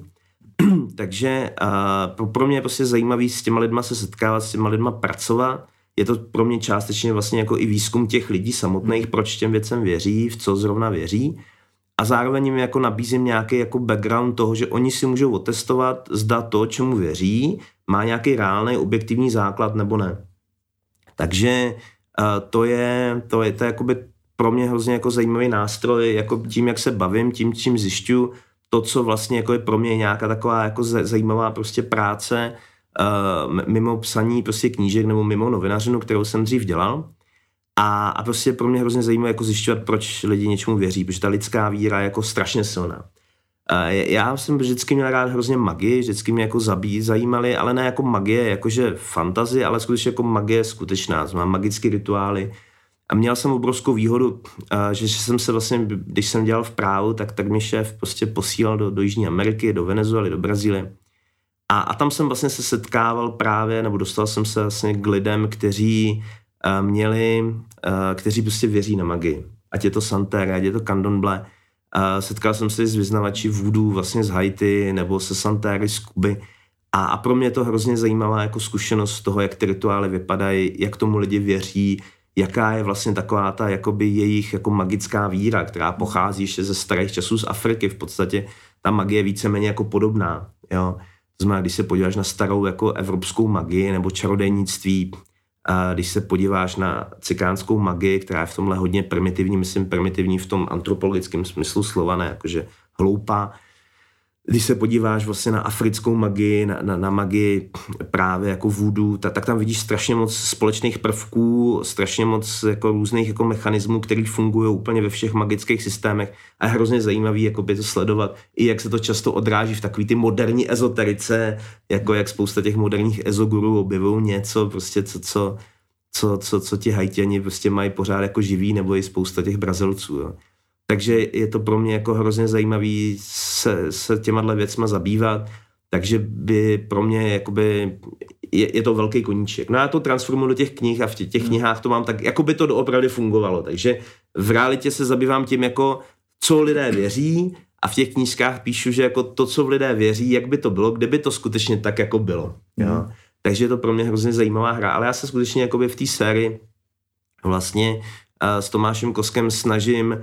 Takže uh, pro mě je prostě zajímavý s těma lidma se setkávat, s těma lidma pracovat. Je to pro mě částečně vlastně jako i výzkum těch lidí samotných, proč těm věcem věří, v co zrovna věří. A zároveň jim jako nabízím nějaký jako background toho, že oni si můžou otestovat, zda to, čemu věří, má nějaký reálný objektivní základ nebo ne. Takže uh, to je, to je, to je jakoby pro mě hrozně jako zajímavý nástroj, jako tím, jak se bavím, tím, čím zjišťuju, to, co vlastně jako je pro mě nějaká taková jako zajímavá prostě práce uh, mimo psaní prostě knížek nebo mimo novinařinu, kterou jsem dřív dělal. A, a prostě pro mě hrozně zajímavé jako zjišťovat, proč lidi něčemu věří, protože ta lidská víra je jako strašně silná. Uh, já jsem vždycky měl rád hrozně magii, vždycky mě jako zabí, zajímaly, ale ne jako magie, jakože fantasy, ale skutečně jako magie skutečná, mám magické rituály. A měl jsem obrovskou výhodu, že jsem se vlastně, když jsem dělal v právu, tak, tak mě šéf prostě posílal do, do Jižní Ameriky, do Venezuely, do Brazílie. A, a tam jsem vlastně se setkával právě, nebo dostal jsem se vlastně k lidem, kteří uh, měli, uh, kteří prostě věří na magii. Ať je to Santerre, ať je to Candomblé. Uh, setkal jsem se s vyznavači voodoo vlastně z Haiti, nebo se Santerry z Kuby. A, a pro mě je to hrozně zajímavá jako zkušenost toho, jak ty rituály vypadají, jak tomu lidi věří, jaká je vlastně taková ta jakoby jejich jako magická víra, která pochází ještě ze starých časů z Afriky. V podstatě ta magie je víceméně jako podobná. Jo? To znamená, když se podíváš na starou jako evropskou magii nebo čarodejnictví, a když se podíváš na cikánskou magii, která je v tomhle hodně primitivní, myslím primitivní v tom antropologickém smyslu slova, ne jakože hloupá. Když se podíváš vlastně na africkou magii, na, na, na magii právě jako voodoo, tak, tak tam vidíš strašně moc společných prvků, strašně moc jako různých jako mechanismů, které fungují úplně ve všech magických systémech a je hrozně zajímavý jakoby to sledovat, i jak se to často odráží v takový ty moderní ezoterice, jako jak spousta těch moderních ezogurů objevují něco, prostě co, co, co, co, co ti Haitiani prostě mají pořád jako živý, nebo i spousta těch Brazilců, jo. Takže je to pro mě jako hrozně zajímavý se, se těma věcma zabývat, takže by pro mě jakoby, je, je to velký koníček. No já to transformuji do těch knih a v těch, těch knihách to mám tak, jako by to doopravdy fungovalo, takže v realitě se zabývám tím, jako co lidé věří a v těch knížkách píšu, že jako to, co lidé věří, jak by to bylo, kdyby to skutečně tak jako bylo. Mm. Jo? Takže je to pro mě hrozně zajímavá hra, ale já se skutečně jakoby v té sérii vlastně uh, s Tomášem Koskem snažím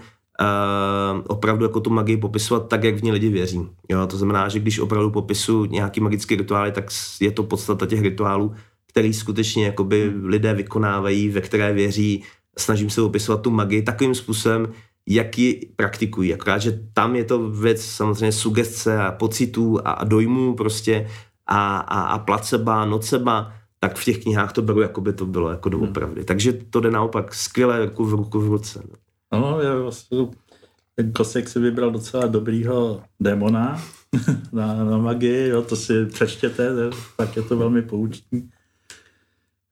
Uh, opravdu jako tu magii popisovat tak, jak v ní lidi věří. Jo, to znamená, že když opravdu popisu nějaký magické rituály, tak je to podstata těch rituálů, který skutečně jakoby lidé vykonávají, ve které věří. Snažím se opisovat tu magii takovým způsobem, jak ji praktikují. Akorát, že tam je to věc samozřejmě sugestce a pocitů a, a dojmů prostě a, a, a placeba, noceba, tak v těch knihách to beru, jako by to bylo jako doopravdy. Hmm. Takže to jde naopak skvěle jako v ruku v ruce.
Ano, já vlastně, ten Kosek si vybral docela dobrýho démona na, na magii, jo, to si přečtěte, tak je to velmi poučný.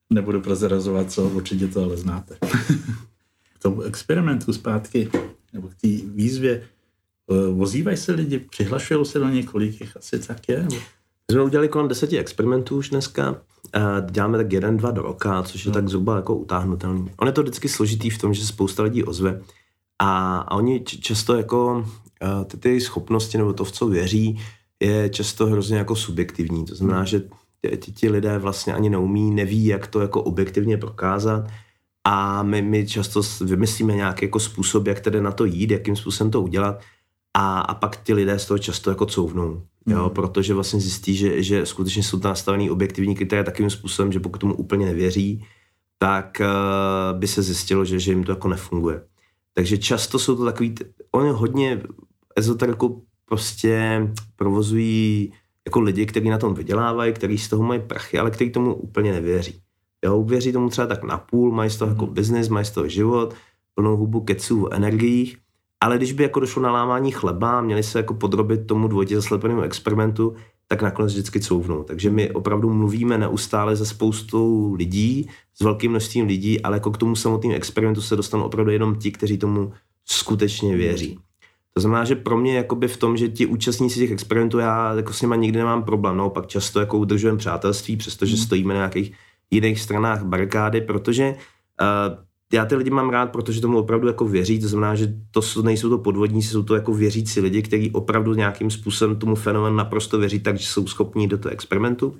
Nebudu prozrazovat, co určitě to ale znáte. K tomu experimentu zpátky, nebo k té výzvě, ozývají se lidi, přihlašují se do několik, jich asi tak je?
My jsme udělali kolem deseti experimentů už dneska. Děláme tak jeden, dva do roka, což je no. tak zhruba jako utáhnutelný. On je to vždycky složitý v tom, že se spousta lidí ozve a, a oni často jako ty, ty schopnosti nebo to, v co věří, je často hrozně jako subjektivní. To znamená, že ti, ti lidé vlastně ani neumí, neví, jak to jako objektivně prokázat a my, my často vymyslíme nějaký jako způsob, jak tedy na to jít, jakým způsobem to udělat a, a pak ti lidé z toho často jako couvnou. Jo, mm. protože vlastně zjistí, že, že skutečně jsou tam nastavený objektivní kritéria takým způsobem, že pokud tomu úplně nevěří, tak uh, by se zjistilo, že, že jim to jako nefunguje. Takže často jsou to takový, oni hodně ezoteriku prostě provozují jako lidi, kteří na tom vydělávají, kteří z toho mají prachy, ale kteří tomu úplně nevěří. Jo, věří tomu třeba tak napůl, mají z toho jako biznis, mají z toho život, plnou hubu keců v energiích, ale když by jako došlo na lámání chleba a měli se jako podrobit tomu dvojitě zaslepenému experimentu, tak nakonec vždycky couvnou. Takže my opravdu mluvíme neustále se spoustou lidí, s velkým množstvím lidí, ale jako k tomu samotnému experimentu se dostanou opravdu jenom ti, kteří tomu skutečně věří. To znamená, že pro mě jakoby v tom, že ti účastníci těch experimentů, já jako s nima nikdy nemám problém, no, pak často jako udržujeme přátelství, přestože stojíme na nějakých jiných stranách barikády, protože uh, já ty lidi mám rád, protože tomu opravdu jako věří, to znamená, že to nejsou to podvodníci, jsou to jako věřící lidi, kteří opravdu nějakým způsobem tomu fenoménu naprosto věří, takže jsou schopní do toho experimentu.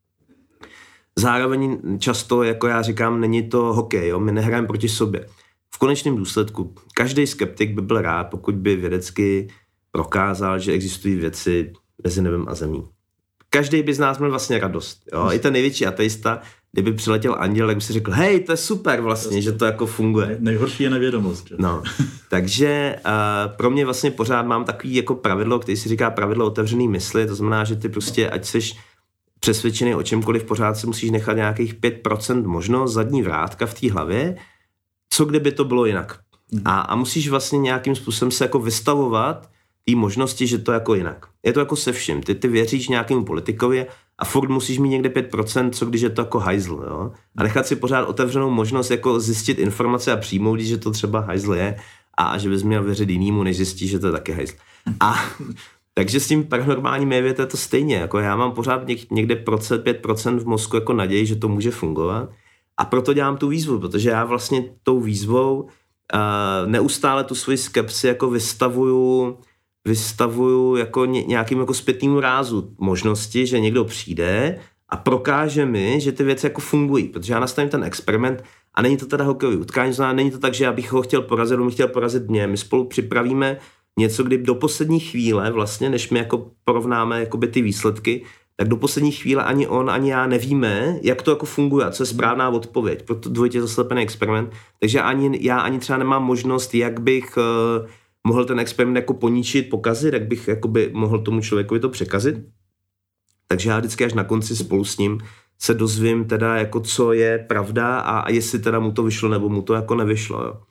Zároveň často, jako já říkám, není to hokej, jo? My nehrajeme proti sobě. V konečném důsledku každý skeptik by byl rád, pokud by vědecky prokázal, že existují věci mezi nebem a zemí. Každý by z nás měl vlastně radost. Jo? I ten největší ateista, kdyby přiletěl anděl, tak by si řekl, hej, to je super vlastně, že to jako funguje.
Nejhorší je nevědomost. Že?
No, takže uh, pro mě vlastně pořád mám takový jako pravidlo, který si říká pravidlo otevřený mysli, to znamená, že ty prostě, ať jsi přesvědčený o čemkoliv, pořád si musíš nechat nějakých pět procent možnost zadní vrátka v té hlavě, co kdyby to bylo jinak. A, a musíš vlastně nějakým způsobem se jako vystavovat té možnosti, že to je jako jinak. Je to jako se vším. Ty, ty věříš nějakému politikovi a furt musíš mít někde pět procent, co když je to jako hajzl, jo? A nechat si pořád otevřenou možnost jako zjistit informace a přijmout, že to třeba hajzl je a že bys měl věřit jinýmu, než zjistíš, že to je taky hajzl. A takže s tím paranormálním jevem je to stejně. Jako já mám pořád někde procent, pět procent v mozku jako naději, že to může fungovat. A proto dělám tu výzvu, protože já vlastně tou výzvou uh, neustále tu svoji skepsi jako vystavuju vystavuju jako ně, nějakým jako zpětným rázu možnosti, že někdo přijde a prokáže mi, že ty věci jako fungují, protože já nastavím ten experiment a není to teda hokejový utkání, znamená, není to tak, že já bych ho chtěl porazit, on mi chtěl porazit mě. My spolu připravíme něco, kdy do poslední chvíle vlastně, než my jako porovnáme jakoby ty výsledky, tak do poslední chvíle ani on, ani já nevíme, jak to jako funguje a co je správná odpověď pro to dvojitě zaslepený experiment. Takže ani já ani třeba nemám možnost, jak bych uh, mohl ten experiment jako poničit, pokazit, jak bych jakoby mohl tomu člověkovi to překazit. Takže já vždycky až na konci spolu s ním se dozvím teda jako co je pravda a, a jestli teda mu to vyšlo nebo mu to jako nevyšlo. Jo.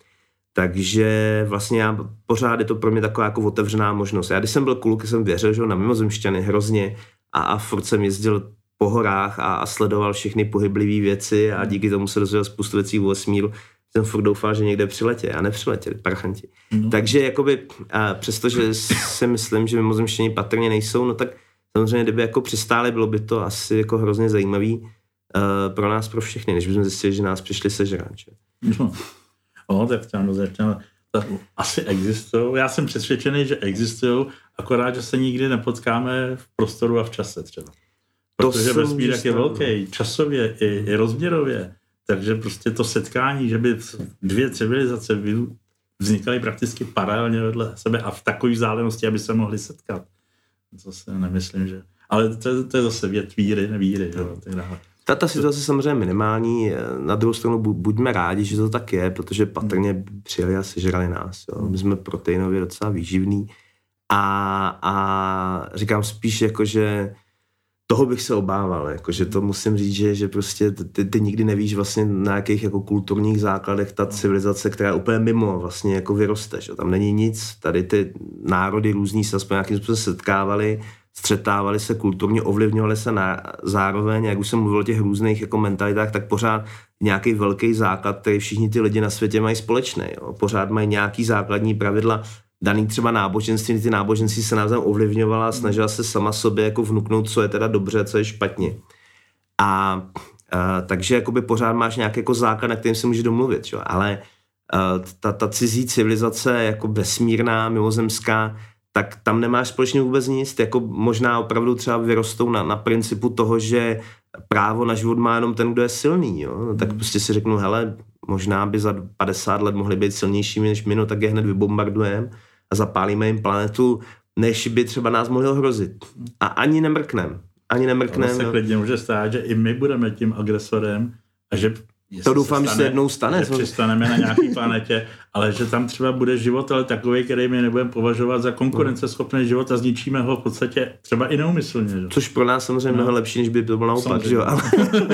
Takže vlastně já pořád je to pro mě taková jako otevřená možnost. Já když jsem byl kluk, jsem věřil, že na mimozemšťany hrozně a, a furt jsem jezdil po horách a, a sledoval všechny pohyblivé věci a díky tomu se dozvěděl spoustu věcí v vesmíru. Jsem furt doufal, že někde přiletě a nepřiletěli, parchanti. No. Takže jakoby, a přestože si myslím, že mimozemšťani patrně nejsou, no tak samozřejmě, kdyby jako přistáli, bylo by to asi jako hrozně zajímavý uh, pro nás, pro všechny, než bychom zjistili, že nás přišli sežrat.
No. No, tak tam začal, asi existují. Já jsem přesvědčený, že existují, akorát, že se nikdy nepotkáme v prostoru a v čase třeba. Protože vesmír je velký, časově i, i rozměrově. Takže prostě to setkání, že by dvě civilizace vznikaly prakticky paralelně vedle sebe a v takové vzdálenosti, aby se mohli setkat. To se nemyslím, že... Ale to, to je zase věc víry, nevíry. Jo,
ta, ta situace je samozřejmě minimální. Na druhou stranu buďme rádi, že to tak je, protože patrně přijeli a sežrali nás. Jo. My jsme proteinově docela výživný. A, a říkám spíš jako, že toho bych se obával, jakože to musím říct, že, že prostě ty, ty nikdy nevíš vlastně na jakých jako kulturních základech ta civilizace, která je úplně mimo, vlastně jako vyroste, že tam není nic, tady ty národy různý se aspoň nějakým způsobem setkávali, střetávali se kulturně, ovlivňovali se na, zároveň, jak už jsem mluvil o těch různých jako mentalitách, tak pořád nějaký velký základ, který všichni ty lidi na světě mají společný. Jo. Pořád mají nějaký základní pravidla, daný třeba náboženství, ty náboženství se navzájem ovlivňovala a snažila se sama sobě jako vnuknout, co je teda dobře, co je špatně. A, a takže jakoby pořád máš nějaký jako základ, na kterým se může domluvit, jo. Ale a, ta, ta cizí civilizace, jako vesmírná, mimozemská, tak tam nemáš společně vůbec nic, jako možná opravdu třeba vyrostou na, na principu toho, že právo na život má jenom ten, kdo je silný, jo. No, tak hmm. prostě si řeknu, hele, možná by za padesát let mohli být silnějšími než my, no tak je hned vybombardujeme a zapálíme jim planetu, než by třeba nás mohli ohrozit. A ani nemrknem. Ani nemrknem.
To se klidně může stát, že i my budeme tím agresorem a že
to doufám, že se jednou stane.
Že přistaneme na nějaký planetě, ale že tam třeba bude život, ale takový, který my nebudeme považovat za konkurenceschopný život a zničíme ho v podstatě třeba i neumyslně. Že?
Což pro nás samozřejmě no. mnoho lepší, než by to bylo naopak. Že? Ale...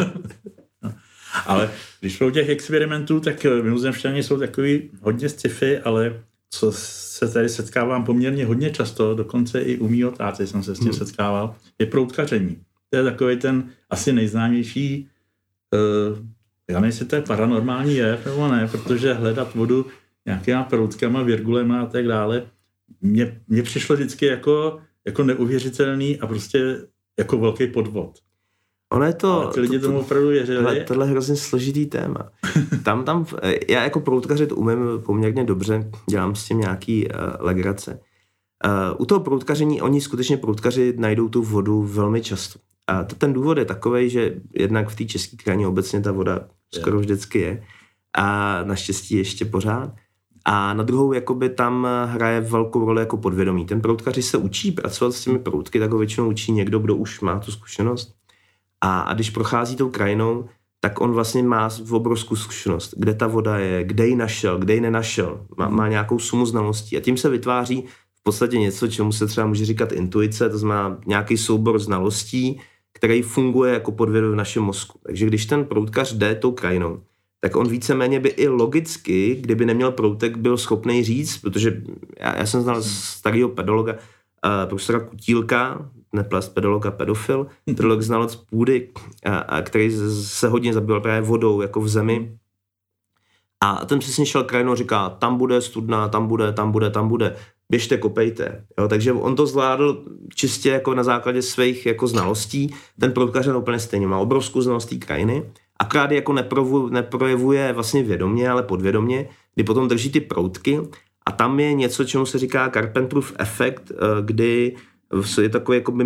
no. ale když jsou těch experimentů, tak mimozemšťané jsou takový hodně sci-fi, ale co se tady setkávám poměrně hodně často, dokonce i u mýho táty jsem se s tím hmm. setkával, je proutkaření. To je takový ten asi nejznámější uh, já nevím, jestli to je paranormální jev, nebo ne, protože hledat vodu nějakýma proutkama, virgulema a tak dále, mně, mně přišlo vždycky jako, jako neuvěřitelný a prostě jako velký podvod.
Ono je to...
Ale ty lidi to, tomu opravdu věřili.
Tohle, tohle je hrozně složitý téma. Tam, tam, já jako proutkařit umím poměrně dobře, dělám s tím nějaký uh, legrace. Uh, u toho proutkaření, oni skutečně proutkaři najdou tu vodu velmi často. A to ten důvod je takovej, že jednak v té české krajině obecně ta voda skoro vždycky je. A naštěstí ještě pořád. A na druhou jakoby tam hraje velkou roli jako podvědomí. Ten proutkaři se učí pracovat s těmi proutky, tak ho většinou učí někdo, kdo už má tu zkušenost. A, a když prochází tou krajinou, tak on vlastně má obrovskou zkušenost, kde ta voda je, kde ji našel, kde ji nenašel. Má, má nějakou sumu znalostí. A tím se vytváří v podstatě něco, čemu se třeba může říkat intuice, to znamená nějaký soubor znalostí, který funguje jako podvědomí v našem mozku. Takže když ten proutkař jde tou krajinou, tak on víceméně by i logicky, kdyby neměl proutek, byl schopný říct, protože já, já jsem znal starého pedologa, uh, profesora Kutílka, neplast pedologa, pedofil, pedolog znalec půdy, uh, uh, který se hodně zabýval právě vodou, jako v zemi. A ten přesně šel krajinou a říká, tam bude studna, tam bude, tam bude, tam bude. Běžte, kopejte. Jo, takže on to zvládl čistě jako na základě svých jako znalostí. Ten proutkař je úplně stejně, má obrovskou znalost té krajiny. Akorát jako neprovu, neprojevuje vlastně vědomě, ale podvědomě, kdy potom drží ty proutky a tam je něco, čemu se říká Carpenterův efekt, kdy je takový jakoby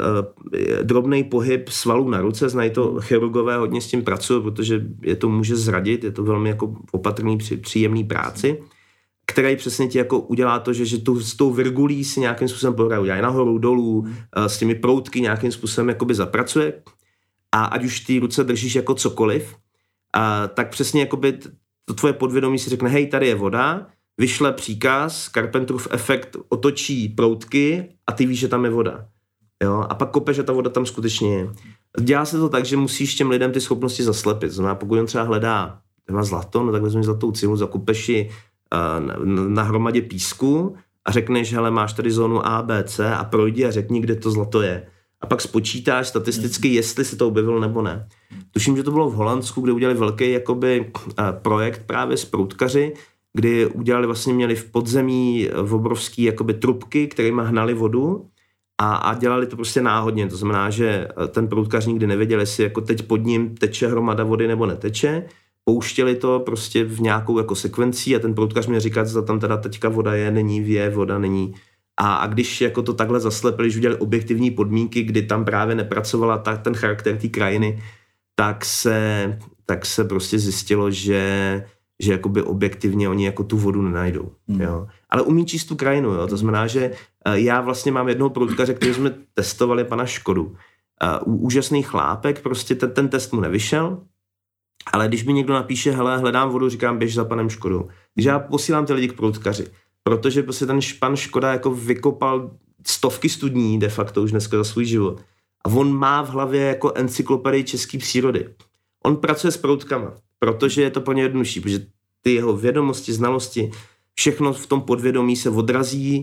drobný pohyb svalů na ruce, znají to chirurgové, hodně s tím pracují, protože je to může zradit, je to velmi jako opatrný, příjemný práci, který přesně ti jako udělá to, že, že tu, s tou virgulí si nějakým způsobem pohrají, udělají nahoru, dolů, s těmi proutky nějakým způsobem jakoby zapracuje a ať už ty ruce držíš jako cokoliv, a, tak přesně jakoby to tvoje podvědomí si řekne, hej, tady je voda, vyšle příkaz, Carpenterův efekt otočí proutky a ty víš, že tam je voda. Jo? A pak kope, že ta voda tam skutečně je. Dělá se to tak, že musíš těm lidem ty schopnosti zaslepit. Znamená, pokud on třeba hledá má zlato, no tak vezmi zlatou cihlu, zakupeš ji uh, na, na hromadě písku a řekneš, hele, máš tady zónu A, B, C a projdi a řekni, kde to zlato je. A pak spočítáš statisticky, jestli se to objevilo nebo ne. Tuším, že to bylo v Holandsku, kde udělali velký jakoby, uh, projekt právě s proutkaři, kdy udělali, vlastně měli v podzemí v obrovský jakoby trubky, kterými hnali vodu a, a dělali to prostě náhodně. To znamená, že ten proutkař nikdy nevěděl, jestli jako teď pod ním teče hromada vody nebo neteče. Pouštěli to prostě v nějakou jako sekvencí a ten proutkař měl říkat, zda tam teda teďka voda je, není, je, voda není. A, a když jako to takhle zaslepili, když udělali objektivní podmínky, kdy tam právě nepracovala ta, ten charakter té krajiny, tak se, tak se prostě zjistilo, že že jakoby objektivně oni jako tu vodu nenajdou. Hmm. Jo. Ale umí číst tu krajinu. Jo. To znamená, že já vlastně mám jednoho proutkaře, který jsme testovali, pana Škodu. Uh, úžasný chlápek, prostě ten, ten test mu nevyšel, ale když mi někdo napíše, hele, hledám vodu, říkám, běž za panem Škodou. Když já posílám ty lidi k proutkaři, protože prostě ten pan Škoda jako vykopal stovky studní de facto už dneska za svůj život. A on má v hlavě jako encyklopedii české přírody. On pracuje s proutkama, protože je to pro ně jednodušší, protože ty jeho vědomosti, znalosti, všechno v tom podvědomí se odrazí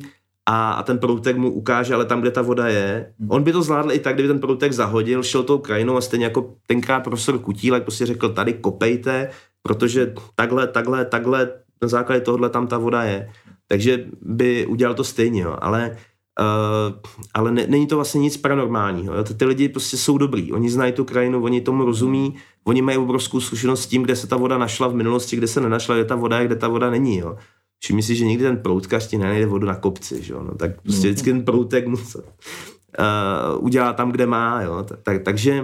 a, a ten proutek mu ukáže, ale tam, kde ta voda je. On by to zvládl i tak, kdyby ten proutek zahodil, šel tou krajinou a stejně jako tenkrát profesor Kutílek prostě řekl, tady kopejte, protože takhle, takhle, takhle, na základě tohohle tam ta voda je. Takže by udělal to stejně, jo. Ale, uh, ale ne, není to vlastně nic paranormálního. Jo. Ty, ty lidi prostě jsou dobrý, oni znají tu krajinu, oni tomu rozumí, oni mají obrovskou zkušenost s tím, kde se ta voda našla v minulosti, kde se nenašla, kde ta voda je, kde ta voda není, jo. Všimni si, že nikdy ten proutkař ti nenajde vodu na kopci, že jo, no, tak prostě vždycky ten proutek mu uh, udělá tam, kde má, jo, tak, takže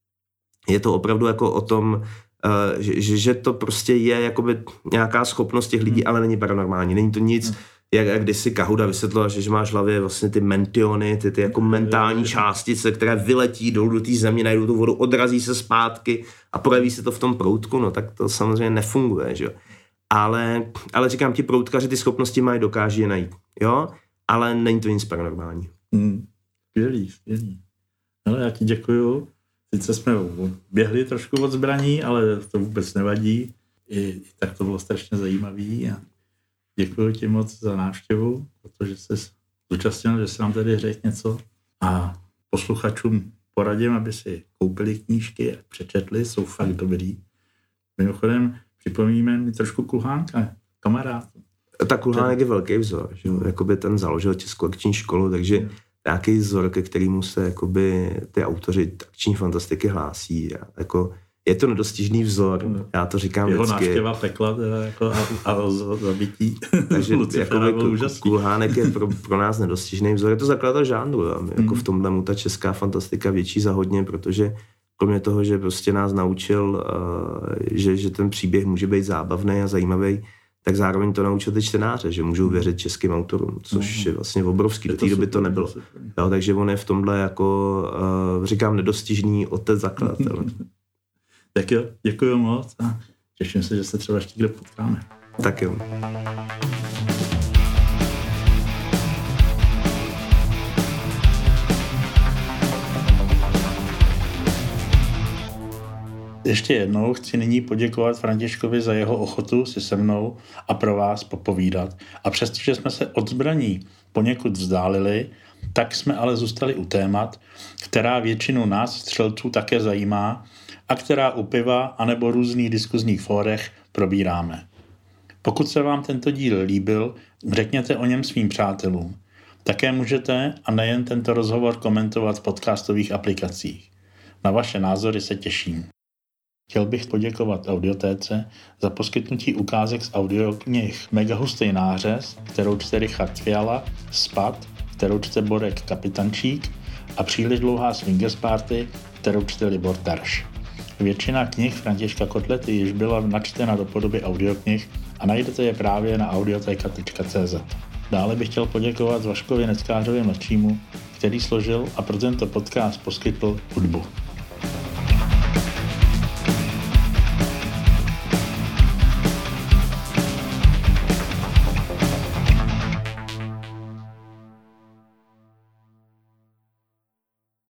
je to opravdu jako o tom, uh, že, že, že to prostě je jakoby nějaká schopnost těch lidí, ale není paranormální, není to nic, jak, jak kdysi Kahuda vysvětloval, že, že máš v hlavě vlastně ty mentiony, ty, ty jako mentální částice, které vyletí dolů do té země, najdou tu vodu, odrazí se zpátky a projeví se to v tom proutku, no tak to samozřejmě nefunguje, že jo. Ale, ale říkám, ti proutkaři ty schopnosti mají, dokáží je najít, jo? Ale není to nic paranormální.
Hmm. Skvělý, skvělý. Ale já ti děkuju. Sice jsme běhli trošku od zbraní, ale to vůbec nevadí. I, i tak to bylo strašně zajímavý. A děkuju ti moc za návštěvu, protože jsi zúčastnil, že jsi nám tady řekl něco. A posluchačům poradím, aby si koupili knížky a přečetli, jsou fakt dobrý. Mimochodem, připomíníme mi trošku Kulhánka, kamarád.
Tak Kulhánek je velký vzor, že jo? Jakoby ten založil Českou akční školu, takže nějaký vzor, ke kterému se jakoby ty autoři akční fantastiky hlásí. A jako je to nedostižný vzor, já to říkám
jeho
vždycky. Jeho
návštěva pekla teda jako a, a zabití.
Takže jakoby Kulhánek je pro, pro nás nedostižný vzor. Je to zakladatel žánru. Jako mm. v tomhle mu ta česká fantastika větší za hodně, protože kromě toho, že prostě nás naučil, že, že ten příběh může být zábavný a zajímavý, tak zároveň to naučil ty čtenáře, že můžou věřit českým autorům, což je vlastně obrovský. Do té doby to nebylo. Jo, takže on je v tomhle jako, říkám, nedostižný otec zakladatel.
Tak jo, děkuji moc a těším se, že se třeba ještě kde potkáme.
Tak jo.
Ještě jednou chci nyní poděkovat Františkovi za jeho ochotu si se mnou a pro vás popovídat. A přestože jsme se od zbraní poněkud vzdálili, tak jsme ale zůstali u témat, která většinu nás střelců také zajímá a která u piva anebo různých diskuzních fórech probíráme. Pokud se vám tento díl líbil, řekněte o něm svým přátelům. Také můžete a nejen tento rozhovor komentovat v podcastových aplikacích. Na vaše názory se těším. Chtěl bych poděkovat Audiotéce za poskytnutí ukázek z audioknih Mega hustý nářez, kterou čte Richard Fiala, Spad, kterou čte Borek Kapitančík a Příliš dlouhá Swingers Party, kterou čte Libor Darš. Většina knih Františka Kotlety již byla načtena do podoby audioknih a najdete je právě na audioteka tečka cé zet. Dále bych chtěl poděkovat Vaškovi Neckářovi mladšímu, který složil a pro tento podcast poskytl hudbu.